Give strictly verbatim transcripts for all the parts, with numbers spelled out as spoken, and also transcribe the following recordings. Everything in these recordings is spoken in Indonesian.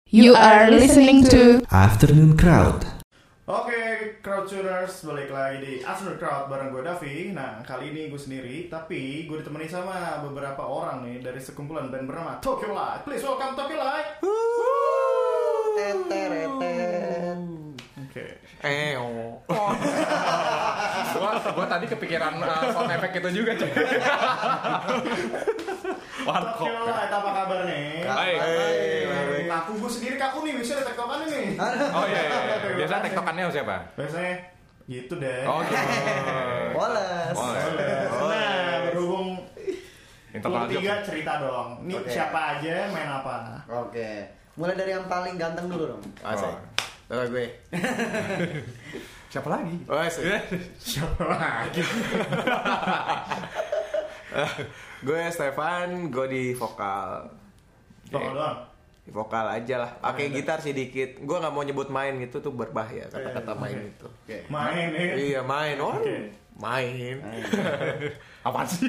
You are listening to Afternoon Crowd. Oke, Crowdtuners, balik lagi di Afternoon Crowd bareng gue Davi. Nah, kali ini gue sendiri, tapi gue ditemani sama beberapa orang nih dari sekumpulan band bernama Tokyo Light. Please welcome Tokyo Light. Oke. Eh, oh. gua, gua tadi kepikiran uh, sound effect itu juga, cuy. Tokyo Light, apa kabar nih? Baik. Kaku gue sendiri kaku nih, bisa ada tektokannya nih. Oh iya, iya, iya. Biasa tektokannya siapa? Biasanya gitu deh. Oh gitu. Woles. Nah, berhubung Internal Lu tiga joke. cerita dong. Ini Oke. siapa aja, main apa? Oke. Mulai dari yang paling ganteng dulu dong. Asik. Oh, gue. Siapa lagi? Oh, asik. Siapa lagi? Gue Stefan, gue di vokal. Tokyo doang. Di vokal aja lah. Pakai gitar sedikit. Gue nggak mau nyebut main gitu tuh berbahaya kata-kata main itu. Oke. Main ya. Iya main, oh Oke. main. Apaan sih?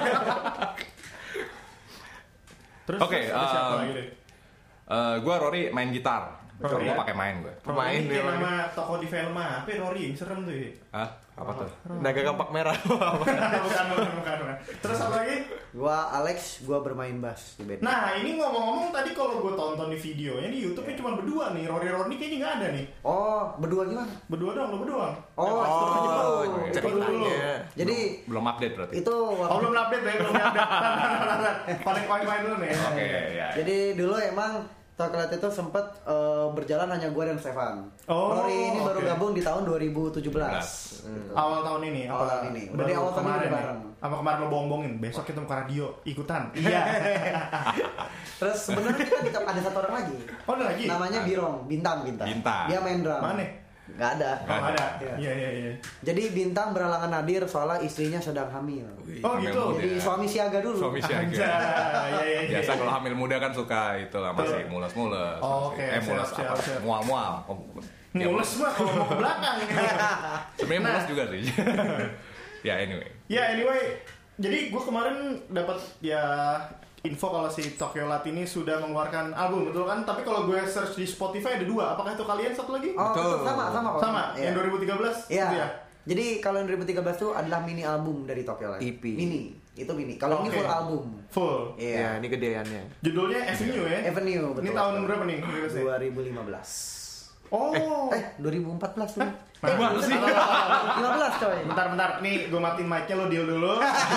Terus Oke, terus ada siapa um, lagi deh? Uh, gue Rory main gitar. Rory, Gue ya? pakai main gue. Pemain Rory, nih, kayak Rory. nama toko di film apa? Rory, serem tuh. Ya. Hah? Apa tuh? Dagang kampak merah. bukan, bukan, bukan, bukan. Terus apa lagi? Gua Alex, gua bermain bass di band. Nah, ini ngomong-ngomong tadi kalau gue tonton di videonya di YouTube-nya cuma berdua nih. Rory Rory kayaknya nggak ada nih. Oh, berdua gimana? Berdua doang, lo berdua. Oh, Oh, Dulu. ceritanya. jadi Belum update berarti. itu Oh, waktu belum update ya, belum update. Paling poin-poin dulu nih. Oke, ya. Jadi dulu emang Toklat itu sempat eh, berjalan hanya gue dan Stefan. Oh, Rory ini baru oke. gabung di tahun dua ribu tujuh belas. Hmm. Awal tahun ini, Awal apa? tahun ini. Udah Baru di awal tahun ini kemarin udah nih. bareng. Apa kemarin lo bohong-bohongin? Besok kita ke radio, ikutan. Iya. Terus sebenarnya kita di- ada satu orang lagi. Oh, ada lagi? Namanya Birong, Bintang Bintang. Bintang. Dia main drum. Mana? Gak ada. Oh, ada. Iya. Iya, iya, iya. Jadi Bintang berhalangan hadir soalnya istrinya sedang hamil. Wih, Oh, hamil gitu. muda. Jadi suami siaga dulu. Suami siaga. Anjay, iya, iya, iya. Biasa kalau hamil muda kan suka itu lah masih mules-mules. Oh, oke. Eh mules Siap, apa? siap, siap. Mual-mual. Oh, ya, Mules mah kalau mau ke belakang. Sebenarnya Nah. mules juga sih. Ya anyway. Ya, anyway. Jadi gue kemarin dapat ya info kalau si Tokyo Light ini sudah mengeluarkan album, betul kan? Tapi kalau gue search di Spotify ada dua. Apakah itu kalian satu lagi? Oh, Betul. betul, sama sama kok. Sama, Iya. yang dua ribu tiga belas Iya. itu ya? Jadi kalau yang dua ribu tiga belas itu adalah mini album dari Tokyo Light. E P. Mini, itu mini. Kalau ini Oke. full album. Full. Iya. Ya ini gedeannya. Judulnya Avenue ya? Avenue, betul. Ini tahun berapa nih? rilisnya? dua ribu lima belas. Oh. Eh, dua ribu empat belas tuh. Eh, Gimana sih? lima belas coy. Bentar, bentar. Nih, gue matiin mic-nya, lo deal dulu.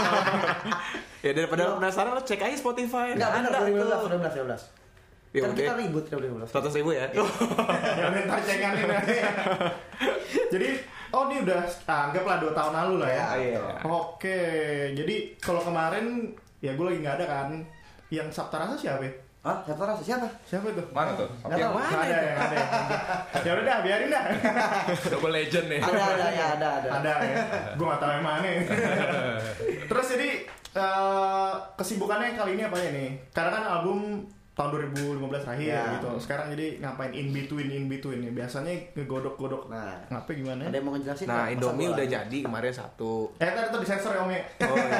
Ya daripada lo penasaran lo cek aja Spotify. Enggak, benar Ada dua ribu lima belas, tuh. dua ribu lima belas, dua ribu lima belas. Ya Kan udah. kita ribut dua ribu lima belas. Seratus ribu ya. Ya, bentar cekannya. Jadi, oh ini udah anggaplah dua tahun lalu lah ya. Iya. Oke, jadi kalau kemarin ya gue lagi nggak ada kan. Yang Sabta Rasa siapa? ya? Hah? Siapa rasa? Siapa? Siapa itu? Mana tuh? Nggak tahu. Nggak ada ya, nggak ada. ya. Ya udah dah, biarin dah. Double legend nih. Ada, ada, ya, ada, ada. Ada ya. Gue nggak tahu yang mana. Terus jadi eh, kesibukannya kali ini apa ya nih? Karena kan album tahun dua ribu lima belas terakhir Ya. gitu. Sekarang jadi ngapain in between in between nih? Biasanya ngegodok-godok. Nah, Ngapain gimana? ada yang mau ngejelasin? Nah nggak? Indomie Masa udah gua jadi kemarin satu. Eh tadi tuh disensor ya Om ya. Oh iya.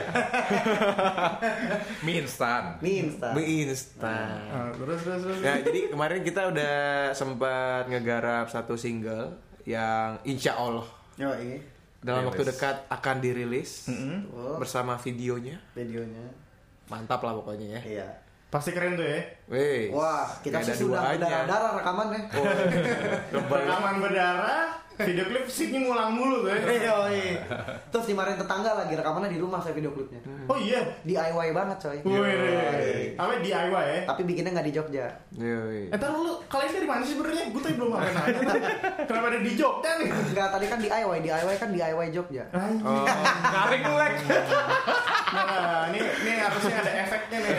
Mie instan. Mie instan. Mie instan. Ah, terus terus terus. Ya jadi kemarin kita udah sempat ngegarap satu single yang insya Allah Yoi. dalam Rilis. waktu dekat akan dirilis Mm-mm. Oh, bersama videonya. videonya. Mantap lah pokoknya ya. Iya. Pasti keren tuh ya. Weh. Wah, kita nggak sih ada sudah duanya. berdarah-darah rekamannya. Rekaman berdarah, video klip scene ngulang mulu tuh ya. Yoi. Terus dimarahin tetangga lagi, rekamannya di rumah saya video klipnya. Oh iya. D I Y banget coy. Wih, apa D I Y ya? Tapi bikinnya nggak di Jogja. Yoi. Eh, ntar lu kalian dari mana sih sebenarnya? Gue tadi belum ngapain nanya. tuh. Kenapa ada di Jogja nih? Enggak, tadi kan D I Y, D I Y kan D I Y Jogja. Anjing. Oh, Garing lu, Lek. Nah, ini ini harusnya ada efeknya nih.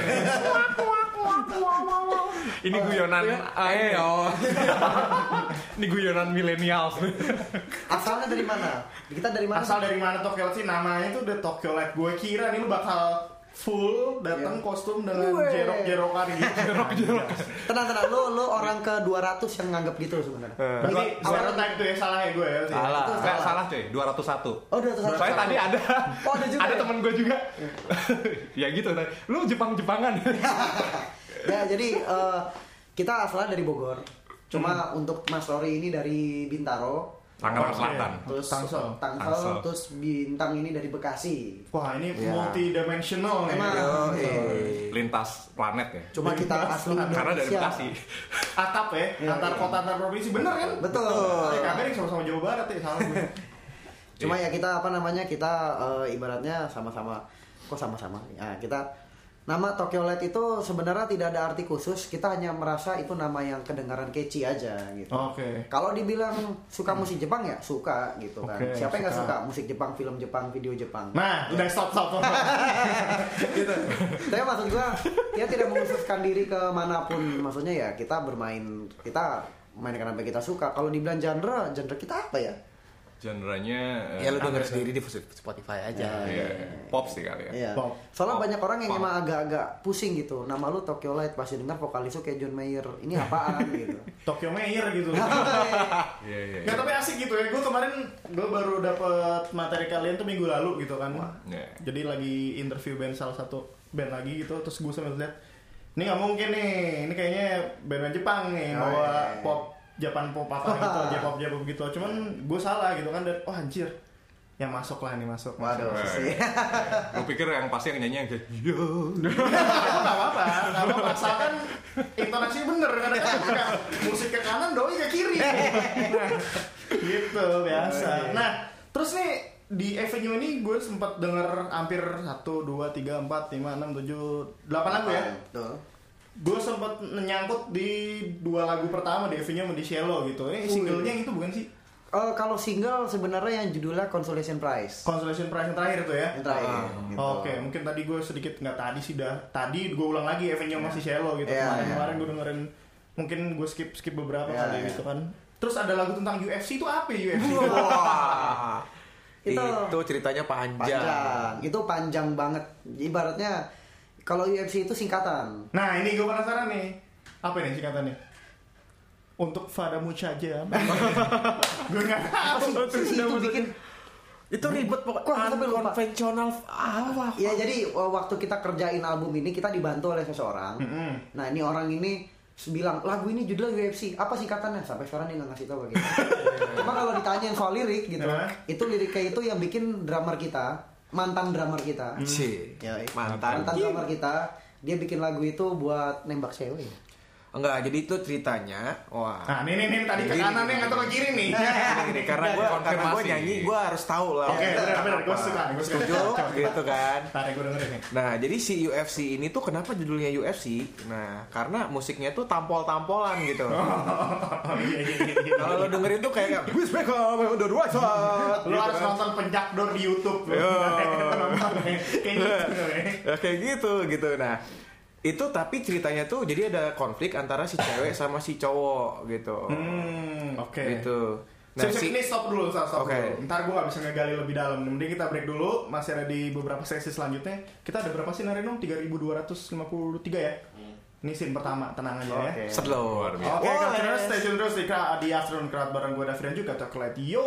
Ini guyonan ayo. Ini guyonan milenial. Asalnya dari mana? Kita dari mana? Asal dari mana Tokyo Light sih? Namanya tuh udah Tokyo Light. Gue kira nih lu bakal full datang Iya. kostum dengan Weh. jerok-jerokan gitu. Jerok-jerok. Tenang, tenang. Lu lu orang ke dua ratus yang nganggap gitu sebenarnya. Berarti stereotype tuh ya salah ya gue ya. salah. Itu Enggak salah cuy, dua ratus satu. Oh, dua ratus satu. Soalnya tadi ada. Oh, ada juga Ada ya? temen gue juga. Ya gitu tadi. Lu Jepang-Jepangan. Ya, jadi eh, kita asalnya dari Bogor. Cuma Hmm. untuk Mas Rory ini dari Bintaro. Tangerang Oke. Selatan. Terus Tangsel. Tangsel, Tangsel. terus Bintang ini dari Bekasi. Wah ini Ya. multi-dimensional nih. Emang. Yo, Betul. eh. Lintas planet ya. Cuma kita asli Indonesia. Karena dari Bekasi. Atap ya, Iya, antar iya. kota antar provinsi bener kan? Betul. Eh, kagak nih sama-sama Jawa Barat ya, salah gue. Cuma ya kita apa namanya kita eh, ibaratnya sama-sama kok sama-sama. Ya kita nama Tokyo Light itu sebenarnya tidak ada arti khusus. Kita hanya merasa itu nama yang kedengaran catchy aja gitu. Oke. Kalau dibilang suka musik Jepang ya suka gitu kan. Oke, Siapa yang nggak suka. suka musik Jepang, film Jepang, video Jepang? Nah, udah stop stop. stop. Gitu. Tapi maksud gua dia tidak mengkhususkan diri ke manapun. Maksudnya ya kita bermain, kita main karena kita suka. Kalau dibilang genre, genre kita apa ya? Genrenya eh, Ya lu denger sendiri di Spotify aja. iya, pop sih kali ya. Iya. Pop. Soalnya Pop. banyak orang yang Pop. emang agak-agak pusing gitu. Nama lu Tokyo Light pasti dengar vokalisnya kayak John Mayer. Ini apaan gitu. Tokyo Mayer gitu. Iya iya. Nggak, tapi asik gitu ya. Gue kemarin gue baru dapet materi kalian tuh minggu lalu gitu kan. Iya. Jadi lagi interview band salah satu band lagi gitu. Terus gue sambil lihat, ini nggak mungkin nih. Ini kayaknya band-band Jepang nih Oh, bawa iya, iya. pop Japan pop apa gitu, J-pop J-pop gitu. Cuman gue salah gitu kan. Dan oh anjir, yang masuk lah nih masuk. Waduh, Wah, sih. Gue pikir yang pasti yang nyanyi yang kayak yo. Nggak apa-apa, nggak apa-apa. Asalkan intonasinya bener. Karena kan suka musik ke kanan, doi ke kiri. Nah, gitu biasa. Nah, terus nih di Avenue ini gue sempat denger hampir satu, dua, tiga, empat, lima, enam, tujuh, delapan lagu ya. Tuh. Gue sempat menyangkut di dua lagu pertama di Avenue sama di Shallow gitu. Ini singlenya yang itu bukan sih? Eh, kalau single sebenarnya yang judulnya Consolation Prize. Consolation Prize yang terakhir itu ya? Yang terakhir. Ah, gitu. Oke, mungkin tadi gue sedikit nggak tadi sih dah. Tadi gue ulang lagi Avenue masih Shallow gitu. Iya, Kemarin iya. kemarin gue dengerin, mungkin gue skip skip beberapa Iya, kali iya. gitu kan. Terus ada lagu tentang U F C itu apa ya U F C? Wah. Itu- Itu ceritanya panjang. Panjang. Itu panjang banget. Ibaratnya kalau U F C itu singkatan. Nah ini gue penasaran nih. Apa nih singkatannya? Untuk Fada Muchaja. Gue nggak tahu. Si itu bikin Itu ribet Kok pokoknya. sampai lupa? Konvensional apa? ya jadi waktu kita kerjain album ini kita dibantu oleh seseorang. Mm-mm. Nah ini orang ini bilang lagu ini judulnya U F C apa singkatannya sampai sekarang dia nggak ngasih tahu gitu. Cuma kalau ditanyain soal lirik gitu, Hah? itu liriknya itu yang bikin drummer kita, mantan drummer kita, Si. ya, Mantan. mantan drummer kita, dia bikin lagu itu buat nembak cewek. Enggak, jadi itu ceritanya. Wah. Nah ini nih, nih tadi ke Gini, kanan nih gini. atau ke kiri nih. Gini, gini, karena gue karena gue Konfirmasi. nyanyi gue harus tahu lah. Oke, benar-benar gue suka nih, gue suka. Setuju gitu kan. Tarik gue dengerin nih. Nah, jadi si U F C ini tuh kenapa judulnya U F C? Nah, karena musiknya tuh tampol-tampolan gitu. Oh iya iya iya. iya. Kalau lo dengerin tuh kayak Who's back on the right side? Lu harus nonton penjakdor di YouTube. Yo. Kayak gitu. Ya, kayak gitu gitu. Nah, itu tapi ceritanya tuh jadi ada konflik antara si cewek sama si cowok gitu. Hmm, oke. Gitu. Nah, Nah, si... si ini stop dulu, stop, stop Oke. dulu. Ntar gue gak bisa ngegali lebih dalam. Mending kita break dulu. Masih ada di beberapa sesi selanjutnya. Kita ada berapa sih Narino? tiga ribu dua ratus lima puluh tiga ya? Ini scene pertama, tenang aja ya. Oke. slow. Luar biasa. Oke, Boleh. Culturers, stay tune terus di, di Afternoon Crowd bareng gue Daviran juga Coklat. Yo.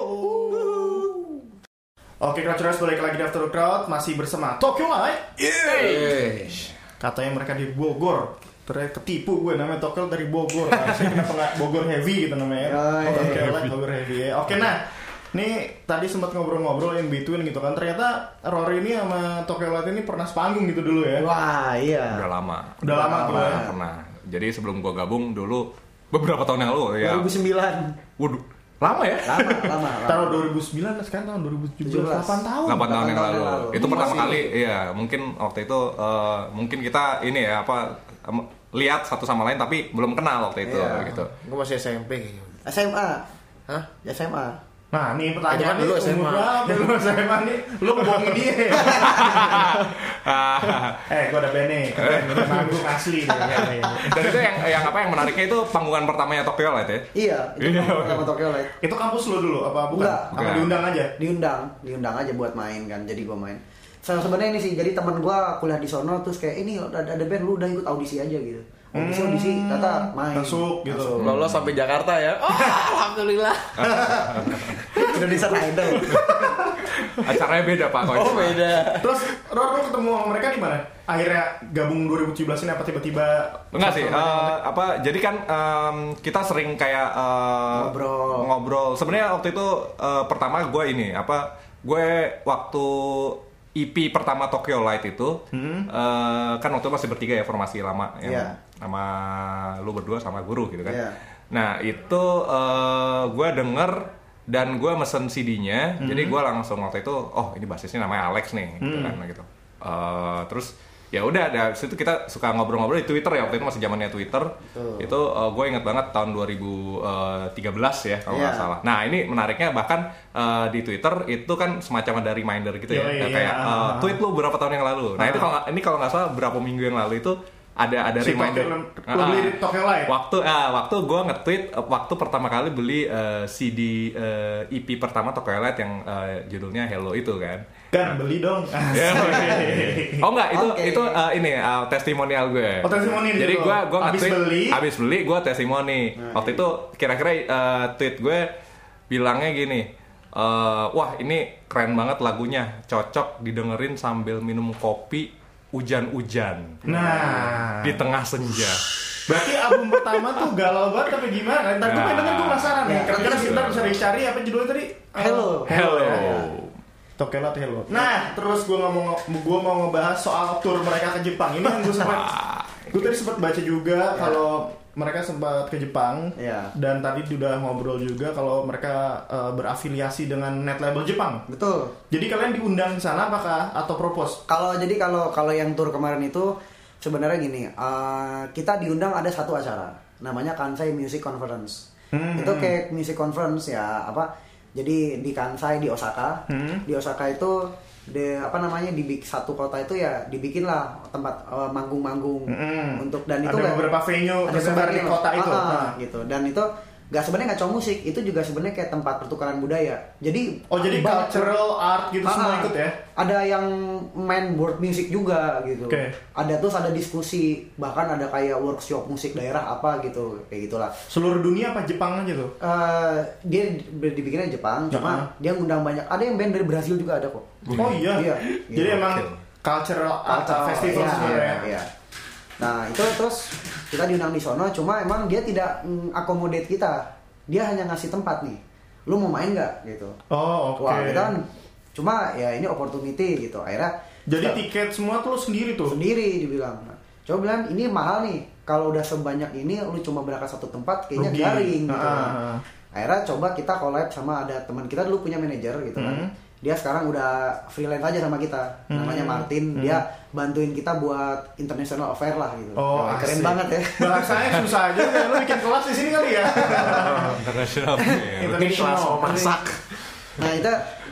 Oke, Culturers, balik lagi di Afternoon Crowd masih bersama Tokyo Light. Yes. Katanya mereka di Bogor. Ternyata ketipu gue namanya Tokyo dari Bogor. Harusnya kenapa nggak Bogor Heavy gitu namanya? Oh, iya. Tokyo Light Bogor Heavy ya. Oke, nah. Nih tadi sempat ngobrol-ngobrol in between gitu kan. Ternyata Rory ini sama Tokyo Light ini pernah sepanggung gitu dulu ya. Wah iya. Udah lama. Udah lama tuh ya. Pernah, pernah. Jadi sebelum gua gabung dulu beberapa tahun yang lalu ya. dua ribu sembilan. Waduh, lama ya? Lama, lama, lama. Tahun dua ribu sembilan sekarang tahun dua ribu tujuh belas, delapan tahun. delapan tahun yang lalu. Itu pertama Masih. kali, iya. Mungkin waktu itu eh, mungkin kita ini ya apa em, lihat satu sama lain tapi belum kenal waktu itu Iya. gitu. Gue masih S M P kayaknya. S M A. Hah? S M A. Nah, nih Itu pertanyaan kan dulu nih, S M A. umur berapa lu S M A nih? Lu ngebohongin dia ya? Eh, gua ada band nih, keren, udah manggung asli nih. Ya, ya. Dan itu yang yang apa yang menariknya itu panggungan pertamanya Tokyo Light ya. Iya, itu Iya, pertama Tokyo Light. Itu kampus lu dulu apa bukan? Enggak. Apa Bukan. diundang aja? Diundang, diundang aja buat main kan. Jadi gua main. So, sebenarnya ini sih, jadi teman gua kuliah di sono terus kayak ini ada ada band lu udah ikut audisi aja gitu. Audisi audisi kata main. Masuk gitu. Lolos sampai Jakarta ya. Oh, alhamdulillah. Indonesia Idol. Acaranya beda Pak. Oh beda. Terus Rod, lo ketemu sama mereka di mana? Akhirnya gabung dua ribu tujuh belas ini apa tiba-tiba? Enggak sih, uh, apa jadi kan um, kita sering kayak uh, Ngobrol. ngobrol. Sebenarnya waktu itu uh, pertama gue ini apa gue waktu E P pertama Tokyo Light itu hmm. uh, kan waktu itu masih bertiga ya, formasi lama yang yeah. sama lu berdua sama guru gitu kan. Yeah. Nah itu uh, gue denger dan gue mesen C D-nya, hmm. jadi gue langsung waktu itu oh ini basisnya namanya Alex nih, gitu hmm. kan gitu. Uh, terus ya udah dari situ kita suka ngobrol-ngobrol di Twitter ya, waktu itu masih zamannya Twitter. Betul. Itu uh, gue ingat banget tahun dua ribu tiga belas ya kalau nggak yeah. salah. Nah ini menariknya bahkan uh, di Twitter itu kan semacam ada reminder gitu ya, yeah, kayak yeah. Uh, tweet lu berapa tahun yang lalu. Nah itu kalau ini kalau nggak salah berapa minggu yang lalu itu ada ada si reminder. Tokyo, lo beli di Tokyo Light. Waktu ah waktu gue nge-tweet uh, waktu pertama kali beli uh, C D uh, E P pertama Tokyo Light yang uh, judulnya Hello itu kan. Kan beli dong. Oh enggak, itu okay. itu uh, ini uh, testimonial gue. Oh, testimoni. Jadi gue gue habis beli, habis beli gue testimoni. Nah, waktu itu kira-kira uh, tweet gue bilangnya gini, uh, wah ini keren banget lagunya, cocok didengerin sambil minum kopi hujan-hujan. Nah, di tengah senja. Berarti album pertama tuh galau banget tapi gimana? Ntar gue pengen denger, gue penasaran nih. Kira-kira kita bisa dicari apa judulnya tadi? Hello. Hello. Tokyo Light Hello. Nah, terus gue ngomong, gue mau ngebahas soal tour mereka ke Jepang. Ini yang gue sempat, gue tadi sempat baca juga kalau mereka sempat ke Jepang. Yeah. Dan tadi udah ngobrol juga kalau mereka uh, berafiliasi dengan net label Jepang. Betul. Jadi kalian diundang ke sana apakah atau propose? Kalau jadi kalau kalau yang tour kemarin itu sebenarnya gini, uh, kita diundang ada satu acara namanya Kansai Music Conference. Hmm. Itu kayak music conference ya apa? Jadi di Kansai di Osaka, hmm. di Osaka itu de apa namanya di satu kota itu ya dibikin lah tempat uh, manggung-manggung hmm. untuk dan itu ada beberapa venue tersebar di kota itu, ah, nah. gitu dan itu nggak sebenarnya nggak cuma musik, itu juga sebenarnya kayak tempat pertukaran budaya. Jadi oh jadi cultural art gitu ah, semua ikut ya? Ada yang main board music juga gitu. Okay. Ada terus ada diskusi, bahkan ada kayak workshop musik daerah apa gitu, kayak gitulah. Seluruh dunia apa Jepang aja tuh? Uh, dia dibikinnya Jepang, uh-huh. cuma dia ngundang banyak. Ada yang band dari Brasil juga ada kok. Oh iya. Iya. Jadi gitu. emang cultural art Cultural, festival iya, sebenarnya. Iya, iya. Nah itu terus kita diundang di sono, cuma emang dia tidak accommodate kita. Dia hanya ngasih tempat nih, lu mau main nggak gitu. Oh oke. Okay. Wah kita kan cuma ya ini opportunity gitu. Akhirnya jadi kita, tiket semua tuh lu sendiri tuh? Sendiri dibilang. Coba bilang ini mahal nih, kalau udah sebanyak ini lu cuma berangkat satu tempat kayaknya Rugi. garing gitu. Ah. Akhirnya coba kita collab sama ada teman kita dulu punya manajer gitu kan. Hmm. Dia sekarang udah freelance aja sama kita, hmm. namanya Martin. Hmm. Dia bantuin kita buat international affair lah gitu. Oh, nah, keren asik. banget ya. Bahasanya susah aja ya. Lu bikin kelas di sini kali ya. International. International masak. Nah itu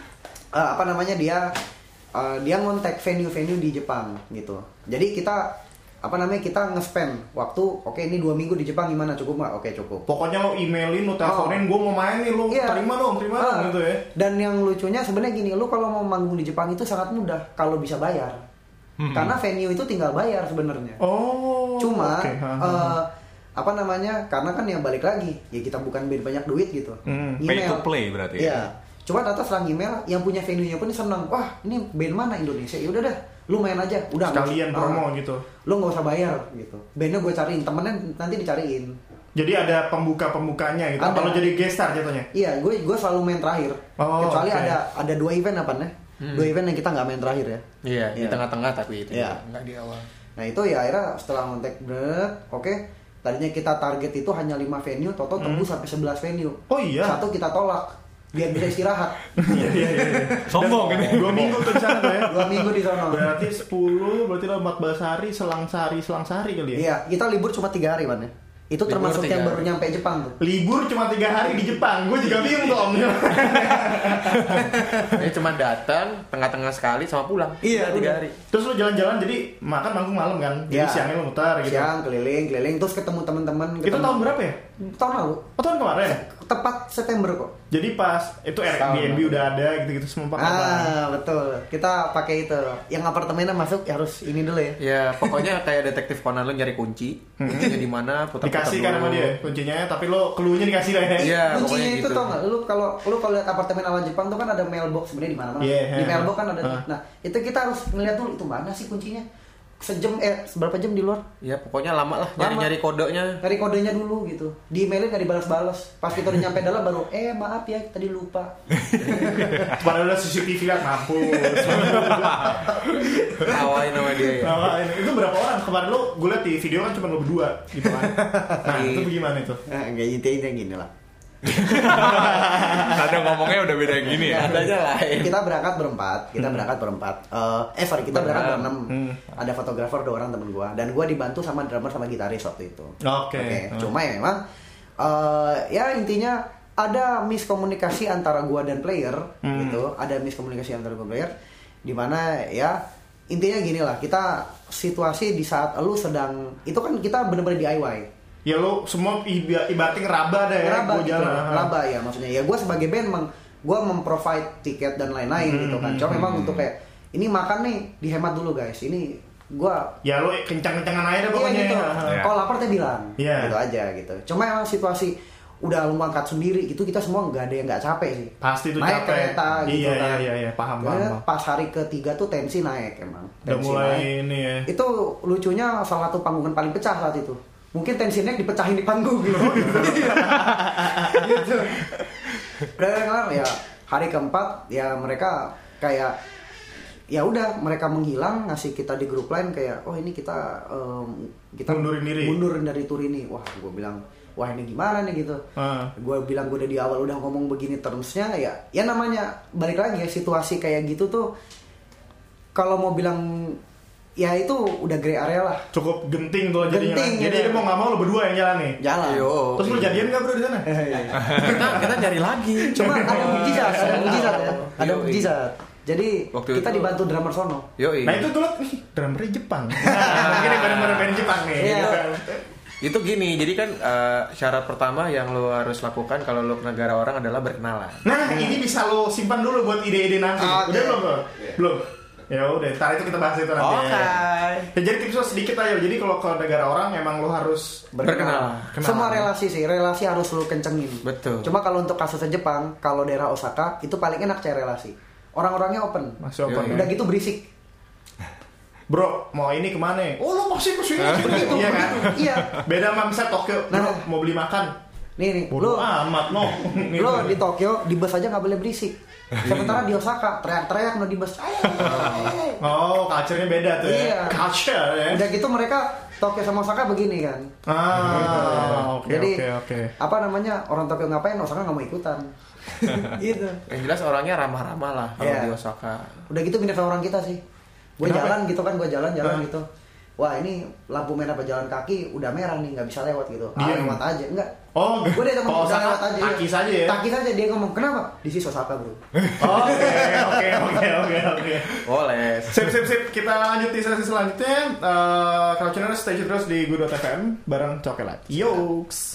uh, apa namanya dia uh, dia ngontak venue-venue di Jepang gitu. Jadi kita apa namanya kita nge-spend waktu, oke okay, ini dua minggu di Jepang gimana, cukup nggak? Oke okay, cukup. Pokoknya lo emailin, lo teleponin, oh. gue mau main nih, lo yeah. terima dong, terima ah. dong gitu ya. Dan yang lucunya sebenarnya gini, lo kalau mau manggung di Jepang itu sangat mudah kalau bisa bayar, hmm. karena venue itu tinggal bayar sebenarnya. Oh. Cuma okay. uh, apa namanya, karena kan yang balik lagi, ya kita bukan band banyak duit gitu. Hmm. Pay to play berarti. Iya. Cuma data selang email, yang punya venue-nya pun seneng. Wah ini band mana Indonesia? Ya udah dah. Lu main aja, udah sekalian promo uh, gitu. Lu nggak usah bayar gitu. Bandnya gue cariin, temennya nanti dicariin. Jadi ada pembuka pembukanya gitu. Kalau jadi guest star jatuhnya. Iya, gue gue selalu main terakhir. Oh, kecuali okay. ada ada dua event apa nih? Hmm. Dua event yang kita nggak main terakhir ya. Iya, di tengah-tengah tapi itu ya. nggak di awal. Nah itu ya akhirnya setelah kontak bener, oke. Okay. Tadinya kita target itu hanya lima venue, total tembus hmm. sampai sebelas venue. Oh iya. Satu kita tolak. Biar bisa istirahat. Iya iya iya. Sombong ini. Dua minggu tuh di sana tuh ya. Dua minggu di sana. Berarti sepuluh, berarti lo empat belas hari, selang sehari, selang sehari kali ya. Iya, kita libur cuma tiga hari, Wan ya. Itu libur termasuk yang baru nyampe Jepang tuh. Libur cuma tiga hari di Jepang. Gue juga bingung tuh om. Ini cuma datang tengah-tengah sekali sama pulang. Iya, tiga hari. Terus lo jalan-jalan jadi makan manggung malam kan? Jadi ya. siangnya lo mutar gitu. Siang keliling, keliling terus ketemu teman-teman. Itu tahun berapa ya? Tahun lalu. Oh tahun kemarin. Tepat September kok. Jadi pas itu Airbnb udah ada gitu-gitu semua pakai. Ah, betul. Kita pakai itu. Yang apartemennya masuk ya harus ini dulu ya. Ya, pokoknya kayak detektif Conan lo nyari kunci. Kuncinya di mana, putar-putar dikasih kan sama dulu. dia kuncinya, tapi lo clue-nya dikasih lah ya. Iya, Kuncinya pokoknya itu gitu. tau nggak? Lu kalau lu kalau lihat apartemen ala Jepang tuh kan ada mailbox sebenarnya di mana-mana. Yeah, di yeah. mailbox kan ada. Uh. Nah itu kita harus ngeliat dulu itu mana sih kuncinya. Sejam eh seberapa jam di luar? Ya pokoknya lama lah Lama. nyari-nyari kodenya. Cari kodenya dulu gitu. Di emailin nggak dibalas-balas. Pas kita udah nyampe dalam baru eh maaf ya tadi lupa. Padahal udah C C T V kan mampus. Tawain sama dia ya. Nah, ini- itu berapa orang kemarin lo? Gue liat di video kan cuma lo berdua gitu kan. Nah itu bagaimana itu? Nah, nggak intinya gini lah. Kadang ngomongnya udah beda gini ya. Adanya lain. Kita berangkat berempat, kita berangkat berempat. Eh, eh sorry, kita berangkat berenam. Hmm. Ada fotografer dua orang temen gua dan gua dibantu sama drummer sama gitaris waktu itu. Oke. Hmm. Cuma ya memang eh, ya intinya ada miskomunikasi antara gua dan player Hmm. gitu. Ada miskomunikasi antara gua dan player di mana ya intinya gini lah, kita situasi di saat lu sedang itu kan kita bener-bener D I Y. Ya lo semua iba- ibaratnya ngeraba dah ya. Ngeraba gua gitu, jalan. ngeraba ya maksudnya. Ya gue sebagai band memang gue memprovide tiket dan lain-lain Hmm, gitu kan. Cuma memang untuk kayak ini makan nih dihemat dulu guys. Ini gue Ya lo kencang-kencangan aja dah iya pokoknya. gitu. Ya. Kalau lapar teh bilang, Iya. gitu aja gitu. Cuma emang situasi udah lu angkat sendiri itu kita semua nggak ada yang nggak capek sih. Pasti tuh naik capek. kereta gitu Iya, kan. iya, iya, iya, paham, paham, Karena paham. pas hari ketiga tuh tensi naik emang. Udah Tensi mulai naik. ini ya. Itu lucunya salah satu panggungan paling pecah saat itu. Mungkin tensi naik dipecahin di panggung gitu. gitu. Udah kelar ya hari keempat ya mereka kayak ya udah mereka menghilang ngasih kita di grup lain kayak oh ini kita em, kita Mundurin diri. mundurin dari tur ini. Wah gue bilang wah ini gimana nih gitu. Ah. Gue bilang gue udah di awal udah ngomong begini terusnya ya ya namanya balik lagi ya situasi kayak gitu tuh kalau mau bilang ya itu udah grey area lah. Cukup genting tuh jadinya. Genting, Jadi gitu. dia mau nggak mau lo berdua yang jalan nih. Jalan. Yo. Terus lo jadian nggak bro di sana? kita kita nyari lagi. Cuma ada mujizat, ada mujizat ya. Ada Yoi. mujizat. Jadi Waktu kita itu- dibantu drummer sono. Yoi. Nah itu tuh liat, nih drummernya Jepang. Nah, mungkin yang bener-bener band Jepang nih. Iya. gitu kan. Itu gini, jadi kan eh, syarat pertama yang lo harus lakukan kalau lo ke negara orang adalah berkenalan. Nah ini bisa lo simpan dulu buat ide-ide nanti. Oke. Udah belum bro? Belum. Ya udah, ntar itu kita bahas itu nanti. Oke. Ya, jadi tipsnya sedikit aja. Jadi kalau ke negara orang emang lo harus Berkenalan. Kenalan. Semua relasi sih, relasi harus lu kencengin. Betul. Cuma kalau untuk kasusnya Jepang, kalau daerah Osaka itu paling enak cari relasi. Orang-orangnya open. Masih open. Iya, Udah gitu berisik. Bro, mau ini kemana? Oh lo pasti ke sini. Begitu, Iya kan? begitu. Iya. Beda sama misalnya Tokyo. Bro, Nah. mau beli makan. Nih nih, Bodoh lu amat no. Gitu. lo di Tokyo di bus aja nggak boleh berisik. Sementara di Osaka teriak-teriak no di bus. Oh, culture-nya beda tuh ya. Iya. Culture ya. Udah gitu mereka Tokyo sama Osaka begini kan. Ah, oke Jadi oke oke. apa namanya orang Tokyo ngapain Osaka nggak mau ikutan. gitu. Yang jelas orangnya ramah-ramah lah kalau Iya. di Osaka. Udah gitu mirip sama orang kita sih. Gue Kenapa? jalan gitu kan, gue jalan-jalan Hah? gitu. Wah ini lampu merah pejalan kaki udah merah nih nggak bisa lewat gitu. Ah Diam. lewat aja enggak. Oh, Gue dia temen kalau udah Osaka, lewat aja. kaki saja ya? Kaki saja dia ngomong kenapa? Di sini Osaka bro. Oke oke oke oke oke. Boleh. Sip sip sip. Kita lanjut di sesi selanjutnya. Uh, Kalau channel stay tune terus di Good F M bareng Cokelat. Yoks.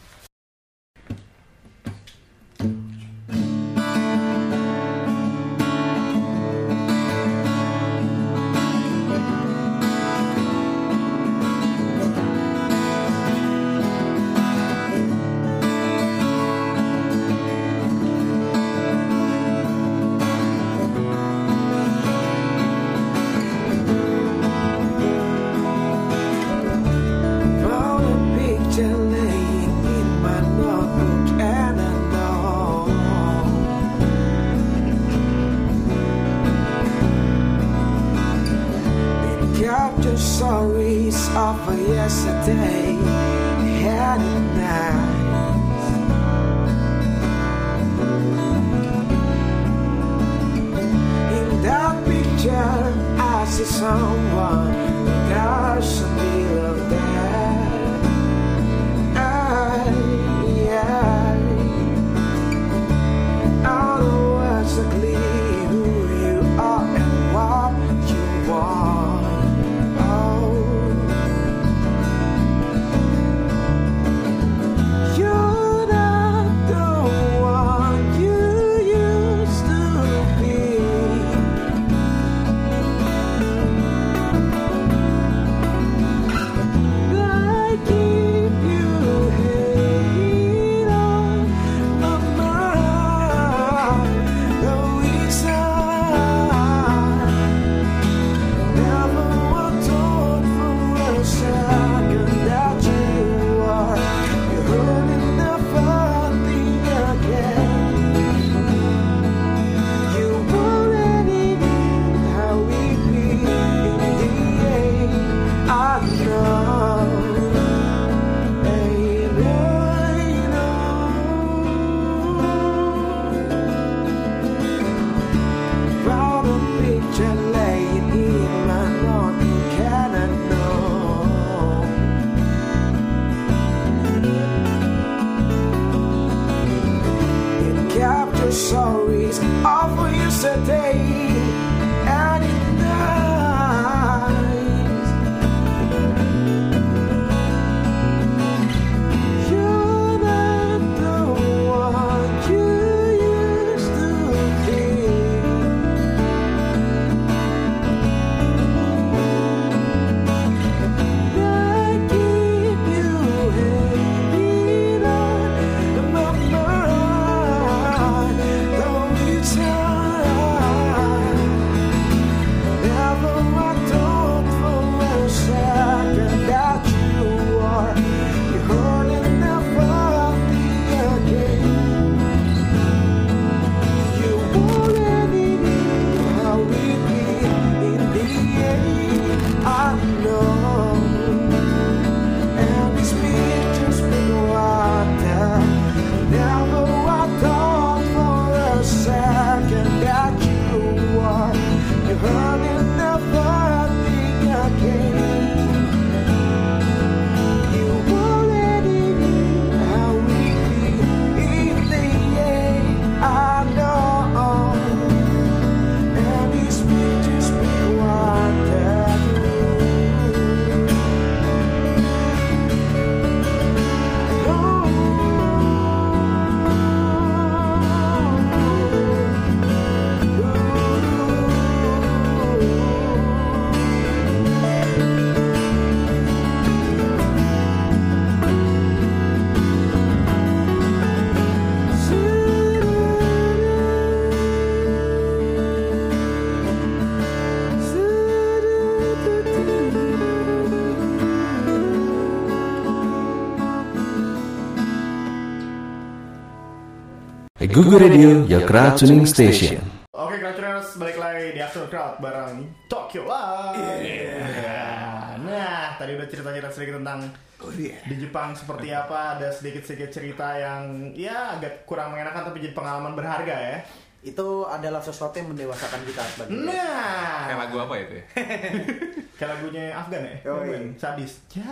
Wrote a picture laying in my notebook and I know it captures stories of a yesterday had it nice. In that picture I see someone who doesn't belong there. I, yeah, I know exactly who you are and what you want. Oh, you're not the one you used to be. sorries all for yesterday and it's nice. You're not the one you used to be. I keep you hanging on my mind. Don't you try. Never I thought for a second that you are. You heard it never be again. You already knew how we'd be in the end. I know. And these pictures been water. Never I thought for a second that you are. You heard it never be again. You already knew how we'd be in the end. I know. And these pictures been water. Google Radio, your crowd tuning station. Oke, Crowdtuners, balik lagi di Afternoon Crowd bareng Tokyo Live. Yeah. Nah, tadi udah cerita-cerita sedikit tentang di Jepang seperti apa. Ada sedikit-sedikit cerita yang ya agak kurang mengenakan tapi jadi pengalaman berharga ya. Itu adalah sesuatu yang mendewasakan kita sebagai Nah, Kayak lagu apa itu ya? kayak lagunya Afgan ya? Oh, Afgan. iya. Sadis.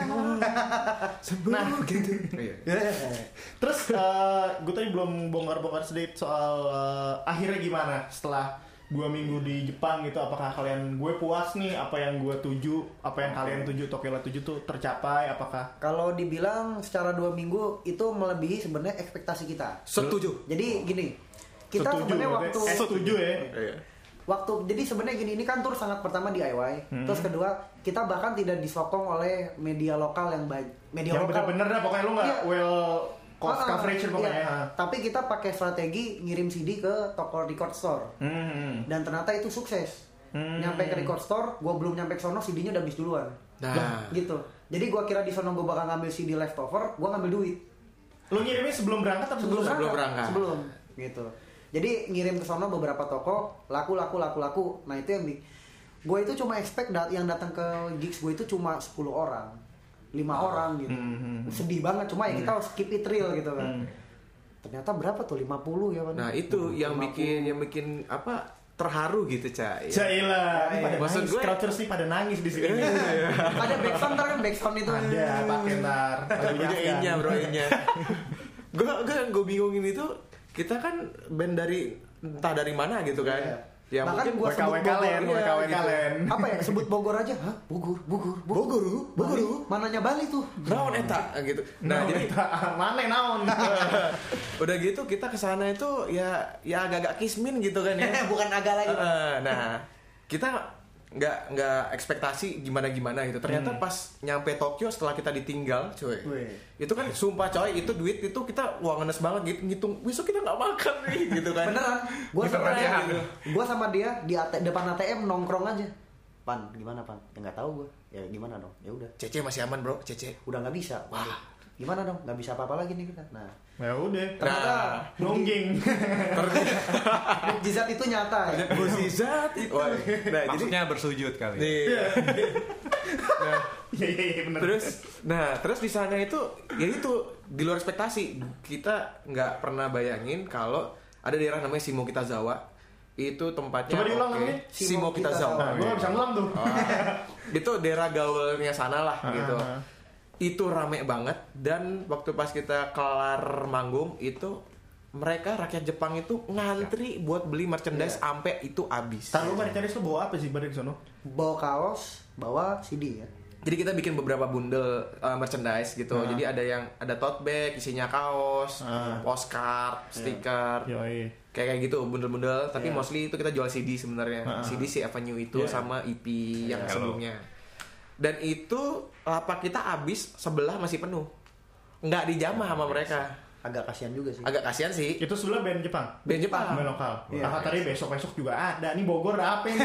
Nah, gitu. Terus eh, gue tadi belum bongkar-bongkar sedikit soal eh, akhirnya gimana setelah dua minggu di Jepang gitu. Apakah kalian, gue puas nih apa yang gue tuju, apa yang kalian tuju, Tokyo Live tuju tuh tercapai? Apakah Kalau dibilang secara dua minggu itu melebihi sebenarnya ekspektasi kita. Setuju. Jadi gini, kita setuju? sebenarnya berarti? waktu Eh, setuju ya? waktu jadi sebenarnya gini, ini kan tur sangat pertama D I Y. Terus kedua, kita bahkan tidak disokong oleh media lokal yang baik. Media Yang lokal. bener-bener dah pokoknya lu nggak Iya. well cost Ah, coverage iya. pokoknya. Tapi kita pakai strategi ngirim C D ke toko record store. Hmm. Dan ternyata itu sukses. Hmm. Nyampe ke record store, gue belum nyampe ke sono, C D-nya udah habis duluan. Nah. Gitu. Jadi gue kira di sono gue bakal ngambil C D leftover, gue ngambil duit. Lu ngirimnya sebelum berangkat atau Sebelum, Sebelum berangkat. Sebelum. Gitu. Jadi ngirim ke sono beberapa toko, laku laku laku laku. Nah itu yang gue itu cuma expect dat yang datang ke gigs gue itu cuma sepuluh orang, lima orang gitu. Hmm. Sedih banget, cuma ya kita harus keep it real gitu kan. Ternyata berapa tuh? lima puluh ya kan? Nah itu yang bikin yang bikin apa terharu gitu Cak. Ya. Cailah, pada Maksud nangis, gue- Crowdtuners nih pada nangis di sini. Ada backsound ntar kan, backsound itu. Ada, pakai ntar. Lagunya Punya Afgan. inya bro inya. Gue gue yang gue bingungin itu kita kan band dari entah dari mana gitu kan. Iya. Ya Bahkan mungkin gua W K W sebut kalian, Bogor, W K W gitu. kalian. Apa ya, sebut Bogor aja? Hah? Bogor, Bogor, Bogor, Bogor. Bali? Mananya Bali tuh? naon eta gitu. Nah, Nah, jadi mana naon? udah gitu kita kesana itu ya ya agak-agak kismin gitu kan ya. Bukan agak lagi. Eh, nah, kita nggak nggak ekspektasi gimana gimana gitu. Ternyata pas nyampe Tokyo setelah kita ditinggal, coy. Wih. Itu kan sumpah coy, itu duit itu kita uang ngenes banget gitu ngitung. Besok kita nggak makan nih gitu kan. Beneran? Gua sama Beneran, dia, gitu. gua sama dia di A T- depan A T M nongkrong aja. Pan, gimana Pan? Ya nggak tahu gua. Ya gimana dong? Ya udah. Cece masih aman bro, Cece. Udah nggak bisa. Wah. Gimana dong? Nggak bisa apa-apa lagi nih kita. Nah, Ya udah. ternyata Nungging. mukjizat itu nyata ya. Mukjizat itu. Wah, nah, jadi Maksudnya bersujud kali. nih. Nah, Iya iya iya benar. terus nah terus di sana itu ya itu di luar ekspektasi kita nggak pernah bayangin kalau ada daerah namanya Shimo Kitazawa itu tempatnya Coba diulang oke. namanya. Shimo Kitazawa. Nah, gue gak bisa ngulang tuh. Oh, itu daerah gaulnya sana lah gitu. Ah. Itu rame banget dan waktu pas kita kelar manggung itu mereka rakyat Jepang itu ngantri buat beli merchandise Iya. sampai itu habis. Tar lu merchandise lu bawa apa sih balik sono? Bawa kaos, bawa C D ya. Jadi kita bikin beberapa bundle uh, merchandise gitu. Ah. Jadi ada yang ada tote bag isinya kaos, Ah. postcard, stiker, Yoi. kayak kayak gitu bundel-bundel. Tapi Iya. mostly itu kita jual C D sebenarnya. Ah. C D si Avenue itu Iya. sama E P yang Iya. sebelumnya. Dan itu lapak kita habis sebelah masih penuh. Nggak dijamah sama mereka. Agak kasihan juga sih. Agak kasihan sih. Itu sebelah band Jepang. Band Jepang. Band lokal. Iya. Ah, tadi besok-besok juga ada. Nih Bogor apa ini?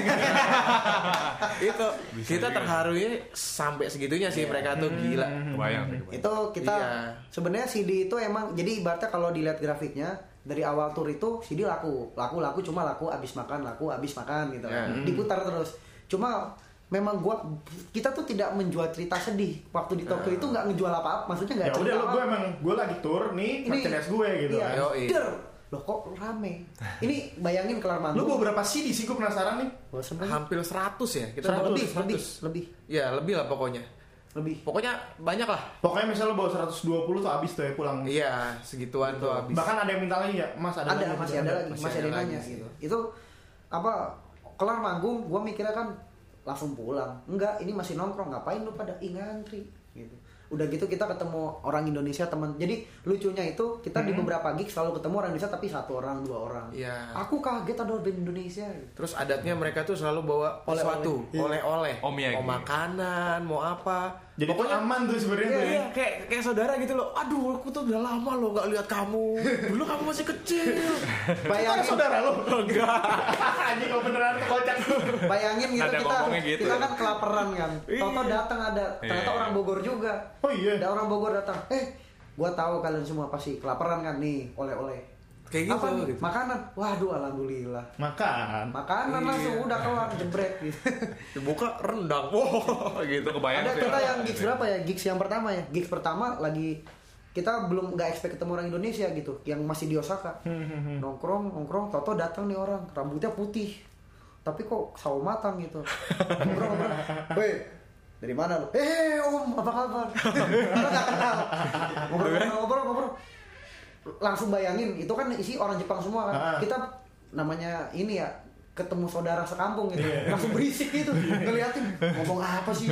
Itu kita terharunya sampai segitunya sih mereka tuh gila. Kebayang sih, kebayang. Itu kita Iya. sebenarnya C D itu emang jadi ibaratnya kalau dilihat grafiknya dari awal tour itu C D laku, laku laku cuma laku abis makan, laku abis makan gitu. Ya. Diputar terus. Cuma memang gua kita tuh tidak menjual cerita sedih. Waktu di Tokyo itu nggak ngejual apa-apa, maksudnya nggak Ya udah cerita lo gue apa-apa. emang gue lagi tour nih merchandise gue gitu Iya, kan. Yoi. der. Loh kok rame? Ini bayangin kelar Lu manggung. bawa berapa C D sih gue penasaran nih? Oh, sebenarnya Hampir seratus ya. Kita seratus bawa lebih, seratus. lebih, lebih, Ya, lebih lah pokoknya. lebih. Pokoknya banyak lah. Pokoknya misalnya lo bawa seratus dua puluh tuh habis tuh ya pulang. Iya, segituan tuh habis. Bahkan ada yang minta lagi ya, Mas ada, Ada, lagi, masih ada lagi, masih masih ada ada yang lagi nanya sih. gitu. Itu apa? Kelar manggung, gua mikirnya kan langsung pulang. Enggak, ini masih nongkrong. Ngapain lu pada ih ngantri gitu. Udah gitu kita ketemu orang Indonesia teman. Jadi lucunya itu kita di beberapa gig selalu ketemu orang Indonesia tapi satu orang, dua orang. Iya. Aku kaget ada band Indonesia. Gitu. Terus adatnya mereka tuh selalu bawa Oleh-oleh. sesuatu, oleh-oleh. Oh, miyagi. Mau makanan, mau apa. Jadi pokoknya aman tuh sebenarnya Iya, tuh ya. iya, kayak kayak saudara gitu loh. Aduh, aku tuh udah lama loh nggak lihat kamu. Dulu kamu masih kecil. Kita Bayangin, saudara lo? Enggak. Anjing kok beneran kocak. bayangin gitu Ada kita ngomongnya gitu. kita kan kelaparan kan. Toto Iya. datang ada ternyata Iya. orang Bogor juga. Oh iya. Ada orang Bogor datang. Eh, gua tahu kalian semua pasti kelaparan kan nih, oleh-oleh. Kayak gitu, Apa nih? gitu. Makanan. Waduh, alhamdulillah. Makan. Makanan Iya. langsung udah keluar jebret gitu. Dibuka rendang. Wow, gitu. Itu kebayang Ada sih. kita yang gigs berapa ya? Gigs yang pertama ya. Gigs pertama lagi kita belum nggak expect ketemu orang Indonesia gitu, yang masih di Osaka. Nongkrong, nongkrong, Toto datang nih orang, rambutnya putih. Tapi kok sawo matang gitu. Ngobrol, ngobrol. Woi, dari mana lu? Eh, Om, apa kabar? Kita nggak kenal. Ngobrol, ngobrol, ngobrol, ngobrol. Langsung bayangin, itu kan isi orang Jepang semua kan. Ah. Kita namanya ini ya, ketemu saudara sekampung gitu. Iya. Langsung berisik gitu. Ngeliatin, ngomong apa sih?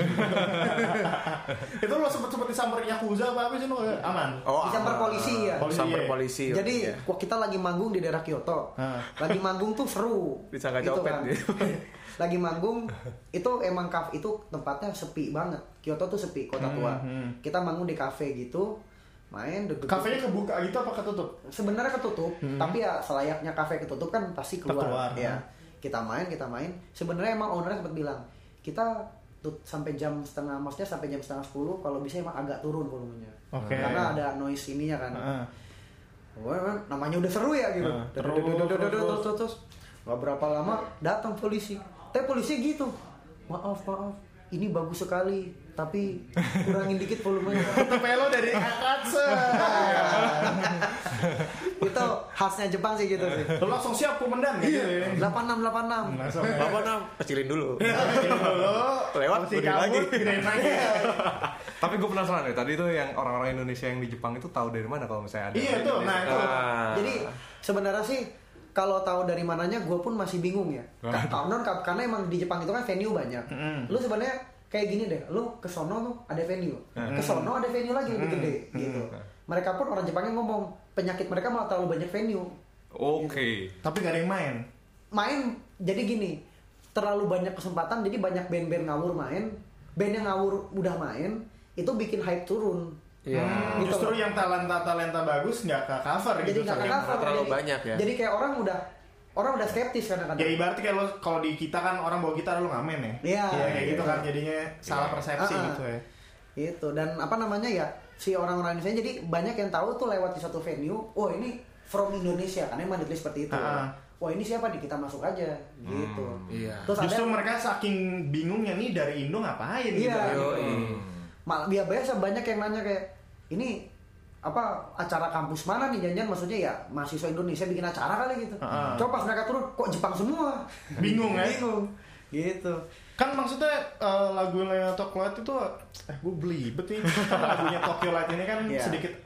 Itu lo sempet-sempet disamperin Yakuza apa apa sih lo? Aman. Oh, Disamper aman. polisi ya. Polisi, Samper iya. polisi. Jadi iya. kok kita lagi manggung di daerah Kyoto. Ah. Lagi manggung tuh seru. Disangka Gitu copet kan. gitu. Lagi manggung itu emang kafe itu tempatnya sepi banget. Kyoto tuh sepi, kota tua. hmm. Kita manggung di kafe gitu, main duduk. Kafenya kebuka gitu apa ketutup? Sebenarnya ketutup, tapi ya selayaknya kafe ketutup kan pasti keluar. Keluar, Ya. hmm. Kita main, kita main. Sebenarnya emang ownernya sempat bilang, kita tut sampai jam setengah, maksudnya sampai jam setengah sepuluh kalau bisa emang agak turun volumenya. Oke. Karena ada noise ininya kan. Heeh. Wah, kan namanya udah seru ya gitu. Nah, terus, terus, terus, terus, terus. terus, terus. Gak berapa lama datang polisi. Tapi polisi gitu. Maaf, maaf. Ini bagus sekali, tapi kurangin dikit volumenya. Itu pelo dari Akatse. Itu khasnya Jepang sih gitu sih. Lo langsung siap komandan gitu ya. delapan enam delapan enam. Langsung. Apa nam? Kecilin dulu. Lo Lewat, masih gedein lagi. kabur, gedein lagi. Tapi gue penasaran deh, tadi tuh yang orang-orang Indonesia yang di Jepang itu tahu dari mana kalau misalnya ada Iya orang tuh, Indonesia? nah itu. Ah. Jadi sebenarnya sih kalau tahu dari mananya gue pun masih bingung ya. Ka- Karena karena emang di Jepang itu kan venue banyak. Mm. Lu sebenarnya kayak gini deh, lu ke sono tuh ada venue. Ke sono ada venue lagi lebih gede gitu. Mereka pun orang Jepangnya ngomong, penyakit mereka malah terlalu banyak venue. Oke. Tapi gak ada yang main. Main jadi gini, terlalu banyak kesempatan jadi banyak band-band ngawur main. Band yang ngawur udah main itu bikin hype turun. Iya. Gitu Justru loh. yang talenta-talenta bagus nggak ke cover Jadi gitu. nggak saking- ke cover, terlalu jadi- banyak ya. Jadi kayak orang udah orang udah skeptis kadang-kadang. Ya ibaratnya kayak lo kalau di kita kan orang bawa gitar lo ngamen ya. Iya, Iya kayak gitu iya. kan jadinya salah persepsi Ah, ah. gitu ya. Itu dan apa namanya ya si orang-orang Indonesia jadi banyak yang tahu tuh lewat di satu venue, oh ini from Indonesia kan emang ditulis seperti itu. Ah. Wah ini siapa nih kita masuk aja gitu. Iya. Terus Justru ada mereka saking bingungnya nih dari Indo ngapain gitu. Iya. gitu. Yoi. malah dia biasa banyak yang nanya kayak ini apa acara kampus mana nih janjian maksudnya ya mahasiswa Indonesia bikin acara kali gitu. Ah. Coba pas mereka turun kok Jepang semua. Bingung ya. Bingung. Gitu. Kan maksudnya eh, lagunya Tokyo Light itu eh gue belibet nih. Kan lagunya Tokyo Light ini kan Iya. sedikit up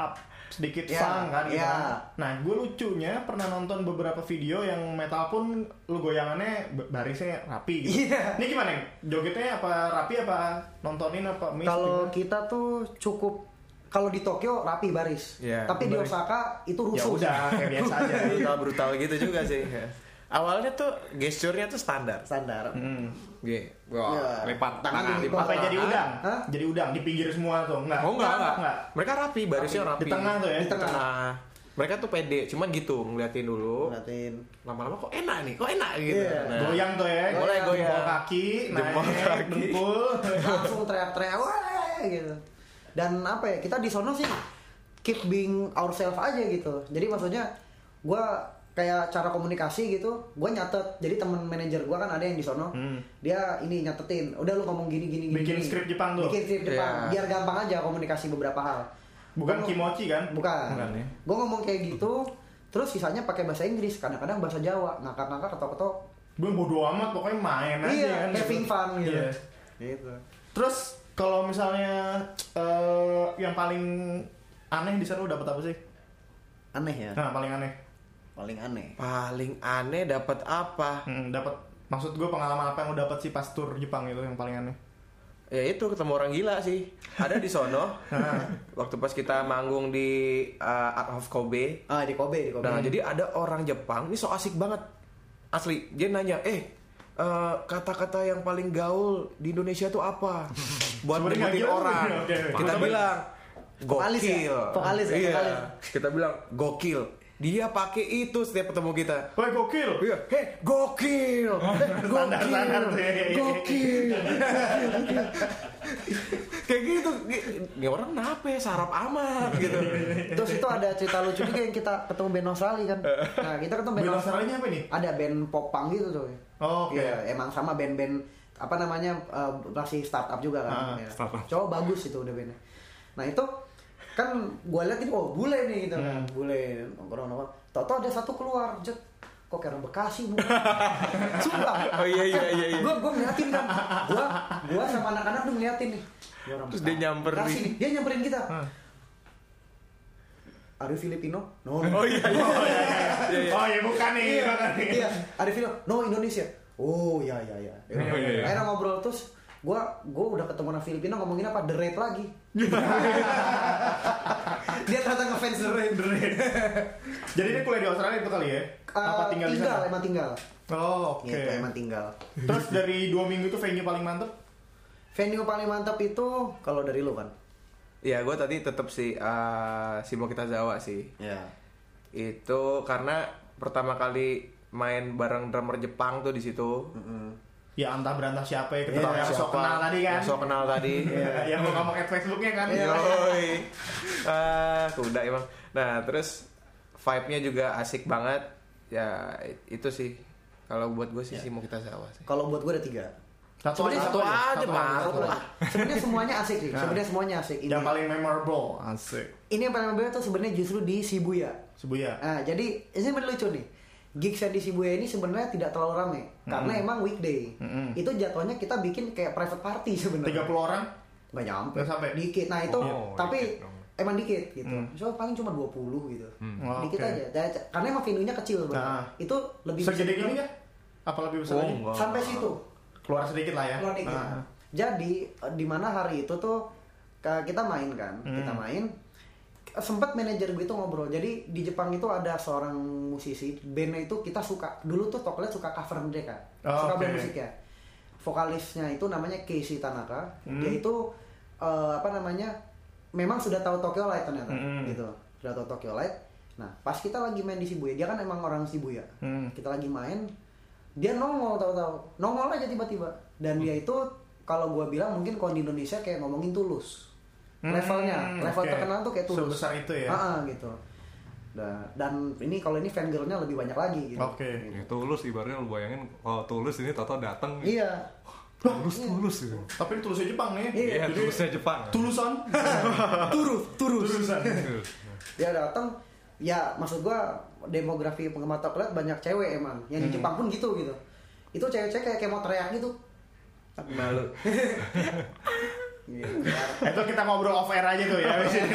sedikit Ya, fun kan gitu ya. kan. Nah, gue lucunya pernah nonton beberapa video yang metal pun lu goyangannya b- barisnya rapi gitu. Iya. Ini gimana? Jogetnya apa rapi apa nontonin apa mix? Kalau gitu? kita tuh cukup kalau di Tokyo rapi baris, Iya, tapi di baris. Osaka itu Ya rusuh. udah kayak biasa aja. brutal brutal gitu juga sih. Awalnya tuh gesturnya tuh standar. Standar. Hmm. G, wah, Ya. lipat Tangan tangan, di lipat Apa jadi tangan. udang? Hah? Jadi udang di pinggir semua tuh. Enggak. Oh enggak, enggak. enggak. Mereka rapi, barisnya rapi. Di tengah tuh ya. Di tengah. Nah, mereka tuh pede, cuman gitu ngeliatin dulu. Ngeliatin. Lama-lama kok enak nih, kok enak gitu. Iya. Nah, Goyang tuh ya. Boleh goyang. Jempol kaki, Jempol naik, kaki. dengkul. Langsung teriak-teriak wah gitu. Dan apa ya? Kita di sono sih keep being ourselves aja gitu. Jadi maksudnya gua kayak cara komunikasi gitu, gue nyatet. Jadi temen manajer gue kan ada yang di sono, Hmm. dia ini nyatetin. Udah lu ngomong gini gini gini. Bikin gini. skrip Jepang tuh? Bikin skrip Iya. Jepang, biar gampang aja komunikasi beberapa hal. Bukan Gua- kimochi kan? Bukan. Bukan ya. Gue ngomong kayak gitu, terus sisanya pakai bahasa Inggris, kadang-kadang bahasa Jawa, ngakak-ngakak ketok-ketok. Gue bodo amat pokoknya main aja Iya, kan. having gitu. fun gitu. Iya. Gitu. Terus kalau misalnya eh, yang paling aneh di sana lu dapet apa sih? Aneh ya, Nah, paling aneh. paling aneh. paling aneh dapat apa? Hmm, dapat maksud gue pengalaman apa yang lu dapat sih pas tur Jepang itu yang paling aneh? Ya itu ketemu orang gila sih. Ada di sono. Waktu pas kita manggung di uh, Art of Kobe. Ah di Kobe, di Kobe. Nah, jadi ada orang Jepang, ini so asik banget. Asli, dia nanya, "Eh, eh, kata-kata yang paling gaul di Indonesia tuh apa?" Buat Sebenarnya nyebutin nggak orang. gaul, oke. Kita Tapi- bilang Vokalis ya? gokil. Vokalis ya, Iya. vokalis. Kita bilang gokil. Dia pakai itu setiap ketemu kita. Woi gokil. Iya, heh, gokil. Eh, Standar-standar tuh ya. Gokil. Kayak gitu. Ini orang kenapa ya sarap amat gitu. Terus itu ada cerita lucu juga yang kita ketemu band Australia kan. Nah kita ketemu band Band Australia. Australia apa nih? Ada band pop punk gitu tuh. Oh, oke. Iya, emang sama band-band apa namanya eh, masih startup juga kan. Ah, Ya. startup. Coba bagus itu udah bandnya. Nah itu kan gue liat ini oh bule nih gitu kan, Hmm. bule nongkrong-nongkrong. Tau-tau ada satu keluar, jet kok kayak orang Bekasi bu. Sumpah. Oh iya iya iya. iya. Gue gue ngeliatin kan, gue gue sama anak-anak tuh ngeliatin nih. Dia orang Terus dia Bekasi. nyamperin. Bekasi nih, dia nyamperin kita. Are you Filipino? No. no. Oh iya iya. Oh iya, iya. Oh iya bukan nih, bukan nih. Iya, ada film. No Indonesia. Oh iya iya iya. Oh, iya, iya. Akhirnya ngobrol terus gua gua udah ketemu orang Filipina ngomongin apa? The Raid lagi. Dia ternyata ngefans The Raid. Jadi dia kuliah di Australia itu kali ya? Apa Uh, tinggal di tinggal, sana? emang tinggal. Oh, oke. Gitu, emang tinggal. Terus dari dua minggu itu venue paling mantep? Venue paling mantap itu kalau dari lu kan? Iya, gue tadi tetap sih uh, Shimo Kitazawa sih. Ya. Itu karena pertama kali main bareng drummer Jepang tuh di situ. Ya antah berantah siapa ya, kita Iya, tahu yang sok Siapa? kenal tadi kan? Yang sok kenal tadi. Iya, yang mau ngomong add Facebooknya kan? Yoi. Ah, kuda emang. Nah, terus vibe-nya juga asik banget. Ya, itu sih. Kalau buat gue sih Shimo Kitazawa sih. Kalau buat gua ada tiga. Satu Sebenarnya aja, Satu satu aja, Satu Pak. aja. Satu aja. Sebenarnya semuanya asik sih. Nah. Sebenarnya semuanya asik. Ini Yang paling memorable, asik. ini yang paling memorable tuh sebenarnya justru di Shibuya. Shibuya. Nah, jadi ini sebenarnya lucu nih. Gigs yang di Shibuya ini sebenarnya tidak terlalu rame karena emang weekday. Mm-mm. Itu jatuhnya kita bikin kayak private party sebenarnya. tiga puluh orang? Nggak nyampe. Nggak sampai? Dikit. Nah, itu Oh, tapi dikit dong. emang dikit gitu. Hmm. So paling cuma dua puluh gitu. Oh, Dikit oke. aja. Ya, Karena emang venue-nya kecil sebenarnya. Nah. Itu lebih Segede bisa gini ya? Apa lebih besar Oh, lagi? enggak. sampai situ. Keluar sedikit lah ya? Keluar dikit. Nah. Jadi eh, di mana hari itu tuh ke- kita main kan, Hmm. kita main. Sempat manajer gue itu ngobrol. Jadi di Jepang itu ada seorang musisi, bandnya itu kita suka. Dulu tuh Toklet suka cover mereka, Oh, suka oke. band musiknya. Vokalisnya itu namanya Keishi Tanaka. Hmm. Dia itu eh, apa namanya? Memang sudah tahu Tokyo Light ternyata, Hmm. gitu. Sudah tahu Tokyo Light. Nah, pas kita lagi main di Shibuya, dia kan emang orang Shibuya. Hmm. Kita lagi main, dia nongol tahu-tahu, nongol aja tiba-tiba. Dan dia itu kalau gua bilang mungkin kalau di Indonesia kayak ngomongin Tulus. Hmm, Levelnya, level oke. terkenal tuh kayak Tulus. Sebesar itu ya? Ah, ah, gitu. Nah, dan ini kalau ini fangirlnya lebih banyak lagi gitu. Oke. Gitu. Ya, tulus ibaratnya lu bayangin kalau tulus ini Toto datang Iya. tulus tulus gitu. Tapi ini tulusnya Jepang nih. Iya. Iya, tulusnya Jepang. Tulusan. Turus, turus. Tulusan. Dia datang, ya maksud gua demografi penggemar Toklet banyak cewek emang. Yang di Jepang pun gitu gitu. Itu cewek-cewek kayak, kayak mau teriak gitu. Malu. Iya. Itu kita ngobrol off air aja tuh ya.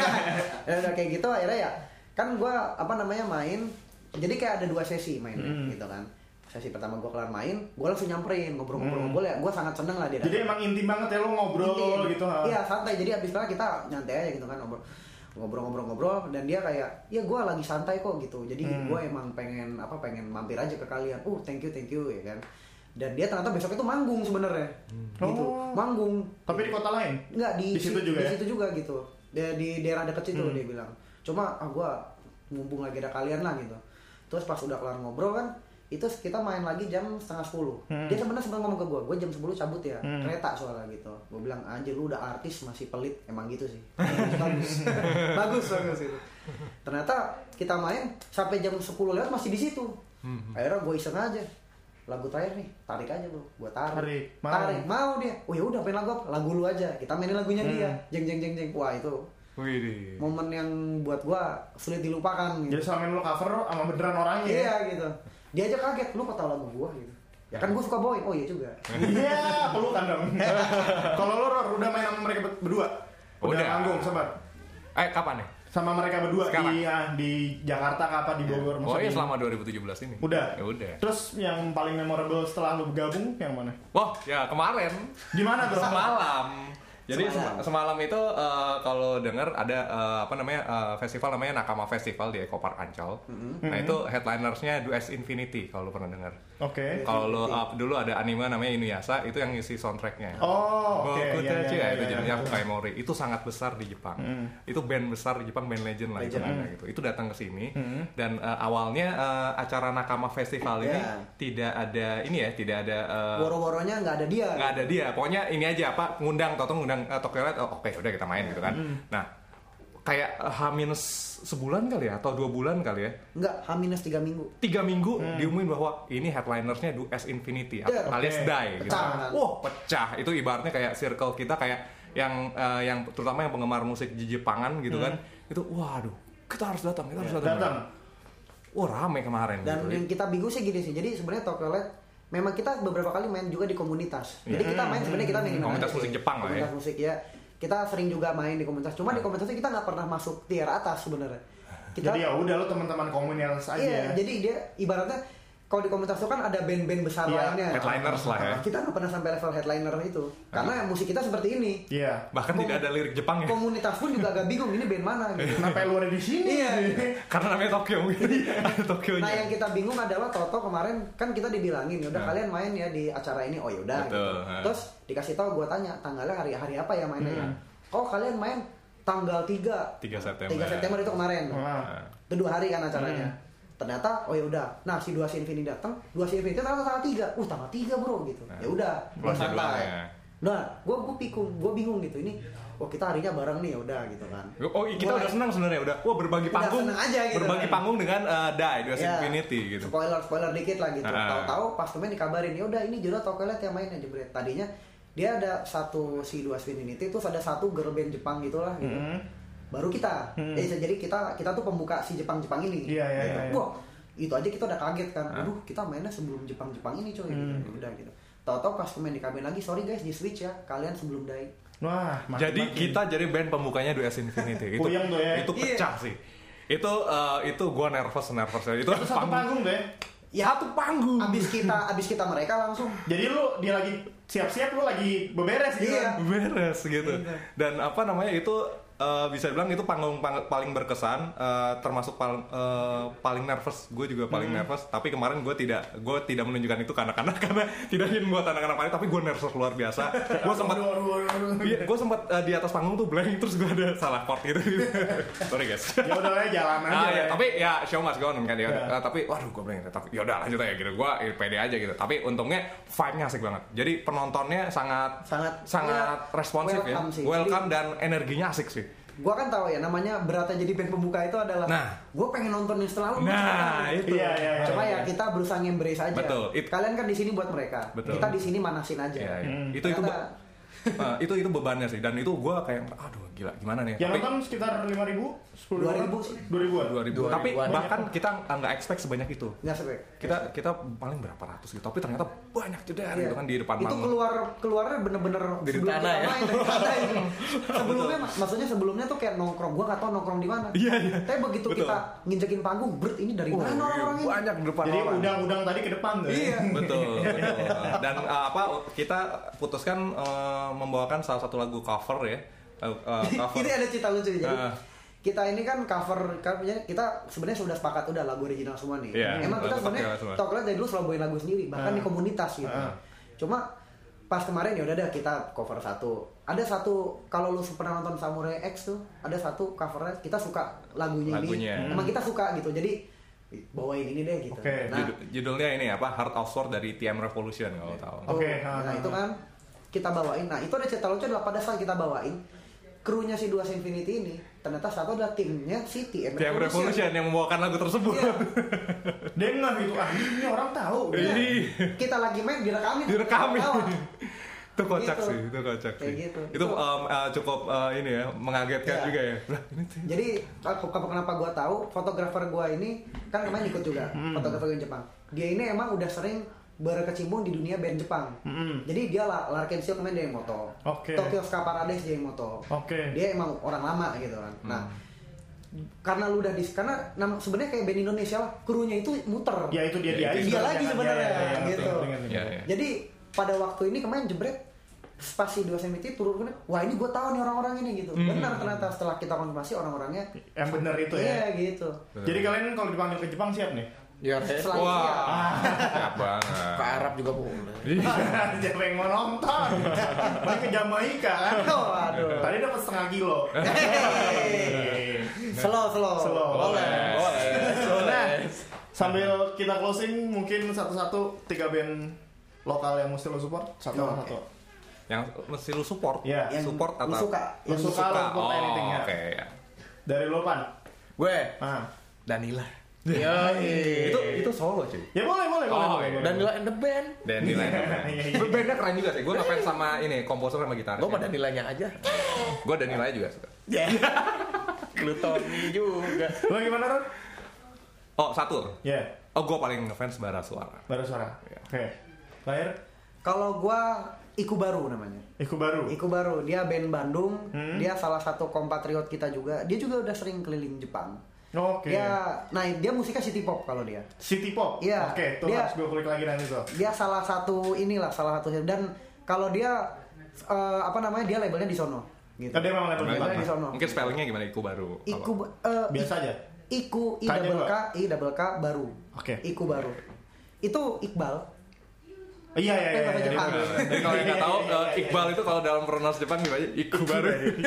Ya udah kayak gitu akhirnya ya kan gue apa namanya main, jadi kayak ada dua sesi mainnya Hmm. gitu kan. Sesi pertama gue kelar main, gue langsung nyamperin ngobrol-ngobrol-ngobrol ya, gue sangat seneng lah dia. Jadi emang intim banget ya lo ngobrol Intim. gitu ha. Iya santai, jadi abis itu kita nyantai aja gitu kan ngobrol ngobrol-ngobrol-ngobrol dan dia kayak ya gue lagi santai kok gitu, jadi Hmm. gue emang pengen apa pengen mampir aja ke kalian, oh thank you thank you ya kan. Dan dia ternyata besok itu manggung sebenarnya gitu, Oh. manggung Tapi di kota lain? nggak di Di situ juga di ya? situ juga gitu, dia di daerah deket situ Hmm. dia bilang, cuma ah gue mumpung lagi ada kalian lah gitu. Terus pas udah kelar ngobrol kan itu kita main lagi jam setengah sepuluh. Hmm. Dia sebenarnya sempat ngomong ke gue, gue jam sepuluh cabut ya, Hmm. kereta soalnya gitu. Gue bilang, anjir lu udah artis masih pelit, emang gitu sih. bagus, bagus bagus itu. Ternyata kita main sampai jam sepuluh lewat masih di situ. Akhirnya gue iseng aja, lagu terakhir nih, tarik aja bro, gue tarik. Tarik, mau. tarik, mau dia. Oh ya udah main lagu apa? Lagu lu aja. Kita mainin lagunya dia, Hmm. jeng jeng jeng jeng. Wah itu Wih. momen yang buat gue sulit dilupakan. Gitu. Jadi selama ini lo cover sama beneran orangnya ya? Iya gitu. Dia aja kaget, lu kok tau lagu gua gitu. Ya kan gua suka Boy. Oh iya juga. Iya, pelukan dong. Kalau lo Ror, udah main sama mereka berdua? Udah, Udah. manggung, sobat? Eh kapan nih? Sama mereka berdua Sekarang? di ah, di Jakarta apa di Bogor? Oh maksudnya iya di- selama dua ribu tujuh belas ini. Udah? Ya udah. Terus yang paling memorable setelah lo bergabung yang mana? Wah, ya kemarin Gimana tuh? semalam. Jadi Semalam. sem- semalam itu eh, kalau dengar ada eh, apa namanya eh, festival namanya Nakama Festival di Eco Park Ancol. Nah itu headlinersnya Dues Infinity kalau lo pernah dengar. Oke. Kalau lo up dulu ada anime namanya Inuyasha itu yang ngisi soundtracknya. Oh, oke. Boku Iya, Techi, iya, ya, itu iya, jadinya iya. Fukai Mori. Itu sangat besar di Jepang. Mm. Itu band besar di Jepang, band legend lah Legend. hitungannya gitu. Itu datang ke sini Mm. dan eh, awalnya eh, acara Nakama Festival ini Iya. tidak ada ini ya, tidak ada eh, Woro-woronya nggak ada dia. nggak ada dia. Pokoknya ini aja apa ngundang, Toto ngundang uh, Tokyo Light. Oh, oke, udah kita main gitu kan. Nah, kayak uh, H minus sebulan kali ya atau dua bulan kali ya. Nggak, H minus tiga minggu. Tiga minggu diumumin bahwa ini headlinersnya Dues Infinity Yeah, alias oke. Die gitu. Pecah, kan. kan? Wah, pecah. Itu ibaratnya kayak circle kita kayak yang uh, yang terutama yang penggemar musik di Jepangan gitu kan. Itu waduh, kita harus datang, kita harus datang. Datang. Wah, rame kemarin Dan gitu. yang kita bingung sih gini sih. Jadi sebenarnya Tokyo Light memang kita beberapa kali main juga di komunitas. Jadi Iya. kita main sebenarnya kita main di mana Komunitas aja musik sih. Jepang lah ya. Komunitas musik ya. Kita sering juga main di komunitas. Cuma di komunitas itu kita nggak pernah masuk tier atas sebenarnya. Kita Jadi ya udah lo teman-teman komunitas aja. Iya, jadi dia ibaratnya kalau di komunitas itu kan ada band-band besar Iya, lainnya. headliners lah ya. Kita nggak pernah sampai level headliner itu. Karena musik kita seperti ini. Iya. Bahkan tidak ada lirik Jepang ya. Komunitas pun juga agak bingung ini band mana gitu. Kenapa lu ada di sini? Iya. Karena namanya Tokyo mungkin. Ada Tokyonya. Nah yang kita bingung adalah Toto kemarin kan kita dibilangin ya udah Nah. kalian main ya di acara ini, oh yaudah Betul, gitu. nah. Terus dikasih tahu gue tanya tanggalnya hari hari apa ya mainnya ya? Oh kalian main tanggal tiga tiga September. tiga September itu kemarin. Wah. Itu dua hari kan acaranya. Ternyata oh ya udah. Nah si Dua si Infinity datang, Dua si Infinity ternyata tanggal tiga. Uh tanggal tiga bro gitu. Nah. Ya udah, gua Keluar jadwalnya. santai. Nah, gue gue pikun, gue bingung gitu ini. Oh kita harinya bareng nih, ya udah gitu kan. Oh, kita Mulai- udah senang sebenarnya udah. Wah, berbagi Udah panggung. seneng aja gitu berbagi kan. panggung dengan uh, Die, Dues Ya, Infinity gitu. Spoiler spoiler dikit lah gitu. Ah. Tahu-tahu pas kemarin dikabarin ya udah ini jodoh Tokyo Light yang main ya jebret. Tadinya dia ada satu si Dua Infinity terus ada satu girl band Jepang gitulah gitu. Hmm. Baru kita. Hmm. Eh, jadi kita kita tuh pembuka si Jepang-Jepang ini. Iya, iya, Gitu. iya, iya. Wah, itu aja kita udah kaget kan. Aduh, kita mainnya sebelum Jepang-Jepang ini coy. Hmm. Gitu. Udah gitu. Tahu-tahu pas kemarin dikabarin lagi, sorry guys di switch ya. Kalian sebelum Die. Wah, Jadi makin-makin. kita jadi band pembukanya Dues Infinity. Itu Puyeng tuh ya. itu pecah sih. Itu uh, itu gua nervous nervous ya. Itu Itu satu panggung deh. Ya, Satu panggung. abis kita abis kita mereka langsung. Jadi lu dia lagi siap-siap, lu lagi beberes gitu. Iya. kan? Beres gitu. Iya. Dan apa namanya itu uh, bisa dibilang itu panggung pang- paling berkesan, uh, termasuk paling uh, paling nervous. Gue juga paling Hmm. nervous. Tapi kemarin gue tidak gue tidak menunjukkan itu ke anak-anak karena tidak ingin buat anak-anak panik. Tapi gue nervous luar biasa. Gue sempat Aduh, aduh, aduh, aduh. Iya, gue sempat uh, di atas panggung tuh blank terus gue ada salah chord gitu. Sorry guys. Ya udah lah jalan aja. Ah, ya, ya. tapi ya show must go on kan ya. Ya. Uh, tapi waduh gue blank. Tapi ya udah lanjut aja gitu. Gue pede aja gitu. Tapi untungnya vibe-nya asik banget. Jadi penontonnya sangat Sangat sangat ya, responsif welcome ya. sih. Welcome dan energinya asik sih. Gua kan tahu ya namanya beratnya jadi band pembuka itu adalah Nah. gua pengen nontonin setelah lu. Nah, itu. Iya, iya, iya. Cuma ya kita berusaha nge-embrace aja. Betul. It- Kalian kan di sini buat mereka. Betul. Kita di sini manasin aja. Iya, iya. Hmm. Itu itu Ternyata- Uh, itu itu bebannya sih dan itu gue kayak aduh gila gimana nih? Yang Tapi- nonton sekitar lima ribu, sepuluh dua ribu sih. dua ribuan. dua ribu. dua Tapi ribuan. bahkan kita nggak expect sebanyak itu. Nggak sampai. Kita kita paling berapa ratus gitu. Tapi ternyata banyak juga Iya. gitu kan di depan itu manggung. keluar keluarnya bener-bener Dari sebelum tanah kita ya? main, dari tanah ini. Sebelumnya mak- maksudnya sebelumnya tuh kayak nongkrong, gua nggak tahu nongkrong di mana. Iya, iya. Tapi begitu Betul. kita nginjekin panggung, bert ini dari mana orang-orang ini? Banyak di depan Jadi orang. udang-udang tadi ke depan tuh. Iya. Betul, betul. Dan uh, apa kita putuskan uh, membawakan salah satu lagu cover ya. Uh, uh, cover. Ini ada cerita lucu jadi. Ah. Kita ini kan cover kan kita sebenarnya sudah sepakat udah lagu original semua nih. Iya, Emang kita lagu sebenarnya Tokyo semua. Tokyo dari dulu selalu bawain lagu sendiri, bahkan Ah. di komunitas gitu. Ah. Cuma pas kemarin ya udah deh kita cover satu. Ada satu kalau lu pernah nonton Samurai X tuh, ada satu covernya kita suka lagunya, Lagunya. ini. Emang kita suka gitu. Jadi bawain ini deh gitu. Oke. Nah, Judul- judulnya ini apa? Heart of Sword dari T M Revolution kalau tahu. tuh, Oke, nah ah, itu ah. kan kita bawain. Nah, itu ada cerita lucu adalah pada saat kita bawain krunya si Duas Infinity ini ternyata satu adalah timnya si T M T M Revolution yang membawakan lagu tersebut. Iya. Dia nggak gitu, ah ini orang tahu. Iya. Ih. Kita lagi main direkamin. Direkamin. Ketawa. Itu kocak Gitu. sih, itu kocak Kayak sih. gitu. Itu Itu- um, uh, cukup uh, ini ya, mengagetkan Iya. juga ya. Lah, ini tuh. Jadi apa kenapa gua tahu fotografer gua ini kan kemarin ikut juga Hmm. fotografer yang Jepang. Dia ini emang udah sering berkecimpung di dunia band Jepang. Hmm. Jadi dia lah Larkenshire kemarin dia yang moto. Oke. Tokyo Ska Paradise dia yang moto. Oke. Dia emang orang lama gitu kan. Hmm. Nah, karena lu udah di karena nam- sebenarnya kayak band Indonesia lah, krunya itu muter. Ya itu dia Ya, dia. itu dia lagi sebenarnya, gitu. Iya, iya. Jadi pada waktu ini kemarin jebret pas si dua senti turun kan, wah ini gue tahu nih orang-orang ini gitu. Hmm. Benar ternyata setelah kita konfirmasi orang-orangnya Yang benar itu ya. iya gitu. Jadi kalian kalau dipanggil ke Jepang siap nih? Ya, Re. Selain Wah, siap. siap banget. Ke Arab juga boleh. Siapa yang mau nonton? Paling ke Jamaika kan? Oh, aduh. Tadi dapat setengah kilo. Slow, slow. Slow. Boleh. Nah, sambil kita closing mungkin satu-satu tiga band lokal yang mesti lo support satu Oh, satu. Yang mesti lu support. Iya. Yang Support lu atau suka, Lu yang suka, lu support Oh, anything ya. oke ya. Dari lo Pan. Gue Ah. Danila. Itu itu solo cuy. Ya boleh boleh boleh. Oh, boleh, iya. boleh. Danila and the band. Dan nilai. Iya. Bandnya keren juga sih. Gue ngefans sama ini komposer sama gitaris. Gue mah Danilanya aja. Gue dan nilai juga suka. Lu Tony juga. Lo gimana Ron? Oh satu. Ya, Oh gue paling ngefans Bara Suara. baru suara. Iya. Oke. Lahir Kalau gua Iku Baru namanya. Iku baru. Iku Baru, dia band Bandung. Hmm. Dia salah satu kompatriot kita juga. Dia juga udah sering keliling Jepang. Oke. Dia, nah dia musiknya city pop kalau dia. City pop. Iya. Oke, tuh Dia- harus gue kulik lagi nanti tuh. Dia salah satu inilah salah satu dan kalau dia eh, apa namanya dia labelnya di sono. Gitu. Kan dia memang label Labelnya Jepang. di sono. Mungkin spellingnya gimana Iku baru. Iku eh, Biasa aja. Iku I K-nya double K dua. I double K baru. Oke. Iku Baru. Itu Iqbal. Iya iya iya. Bahasa iya, Jepang. iya, iya. Jadi kalau yang nggak tahu, Iya, iya, eh, iya. Iqbal itu kalau dalam pronounce Jepang gimana? Iku baru.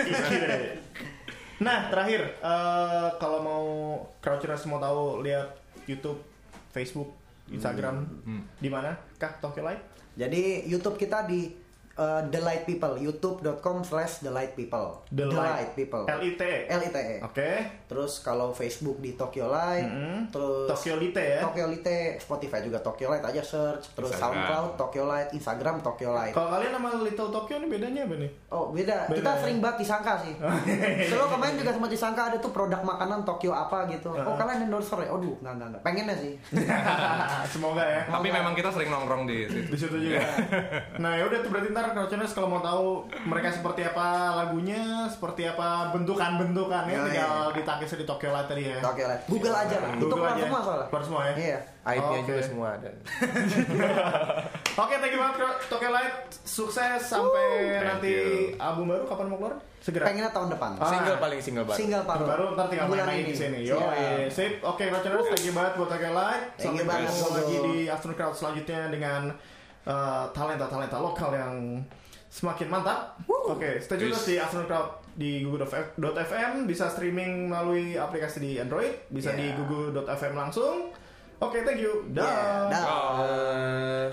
Nah terakhir eh, kalau mau Crouchers mau tahu lihat YouTube, Facebook, Instagram Hmm. di mana? Kah Tokyo Light? Jadi YouTube kita di eh, The Light People, youtube dot com slash The Light People. The Light. People. L I T. L I T E. Oke. Terus kalau Facebook di Tokyo Light, Mm-mm. terus Tokyo Lite ya. Tokyo Lite, Spotify juga Tokyo Light aja search, terus Instagram. SoundCloud Tokyo Light, Instagram Tokyo Light. Kalau kalian nama Little Tokyo ini bedanya apa nih? Oh beda, Beda kita ya? sering banget disangka sih. Selalu kemarin juga sempat disangka ada tuh produk makanan Tokyo apa gitu. Oh kalian endorser ya? Aduh, enggak enggak enggak. Pengennya sih. Semoga ya. Tapi memang kita sering nongkrong di situ. Di situ juga. Nah, ya udah tuh berarti ntar Crouchers kalau mau tahu mereka seperti apa lagunya, seperti apa bentukan-bentukannya Ya, tinggal ya. ditakis di Tokyo Light tadi ya. Tokyo Light. Google aja lah. Itu Google keluar aja. semua soalnya. Keluar semua ya. Iya. Aibnya Oke. juga semua ada. Oke, thank you banget Cro- Tokyo Light. Sukses sampai thank nanti you. album baru kapan mau keluar? Segera. Pengennya tahun depan. Ah. Single paling single baru. Single Baru, baru. ntar tinggal main Bulan lagi ini. di sini. Yo, Siap. eh, sip. Oke, Crouchers, thank you banget buat Tokyo Light. Thank Sampai you banget, ketemu Bro. lagi di Afternoon Crowd selanjutnya dengan eh, talenta-talenta lokal yang semakin mantap. Oke, stay tune terus di Afternoon Crowd di google dot f m, bisa streaming melalui aplikasi di Android, bisa di Yeah. google dot f m langsung. Oke, thank you. Dah. Yeah, dah. Eh,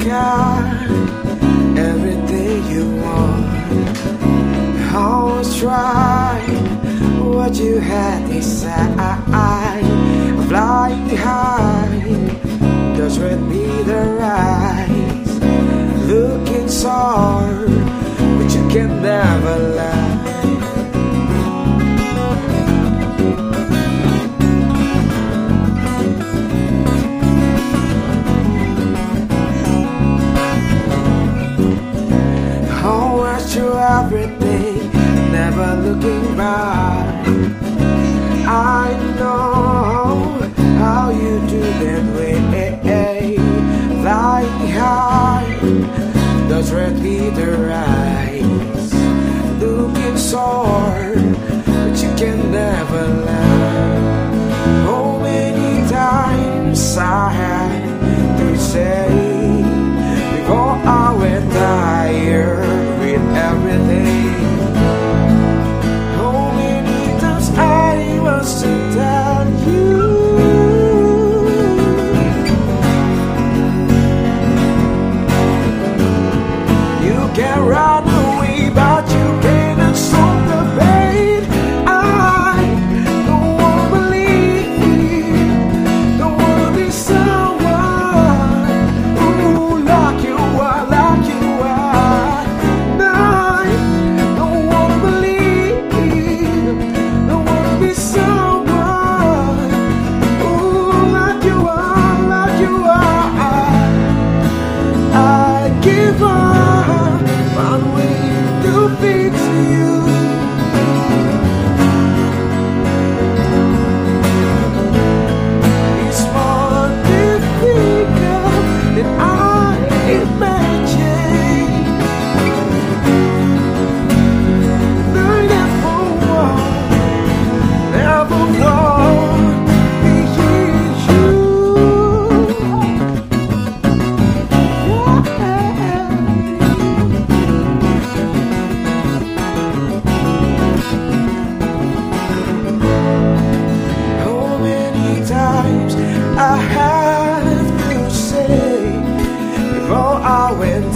got everything you want. Always try what you had inside. Flying high, just red be the rise. Looking sour, but you can never lie. Everything, never looking back. I know how you do that way. Flying high, does red be the rise? Looking sore, but you can never lie. Oh, many times I had to say before I went tired everything. How many times I must tell you you can run away, but you cannot stop the pain. I don't wanna believe, don't wanna be someone who like you are, like you are. I have to say before I went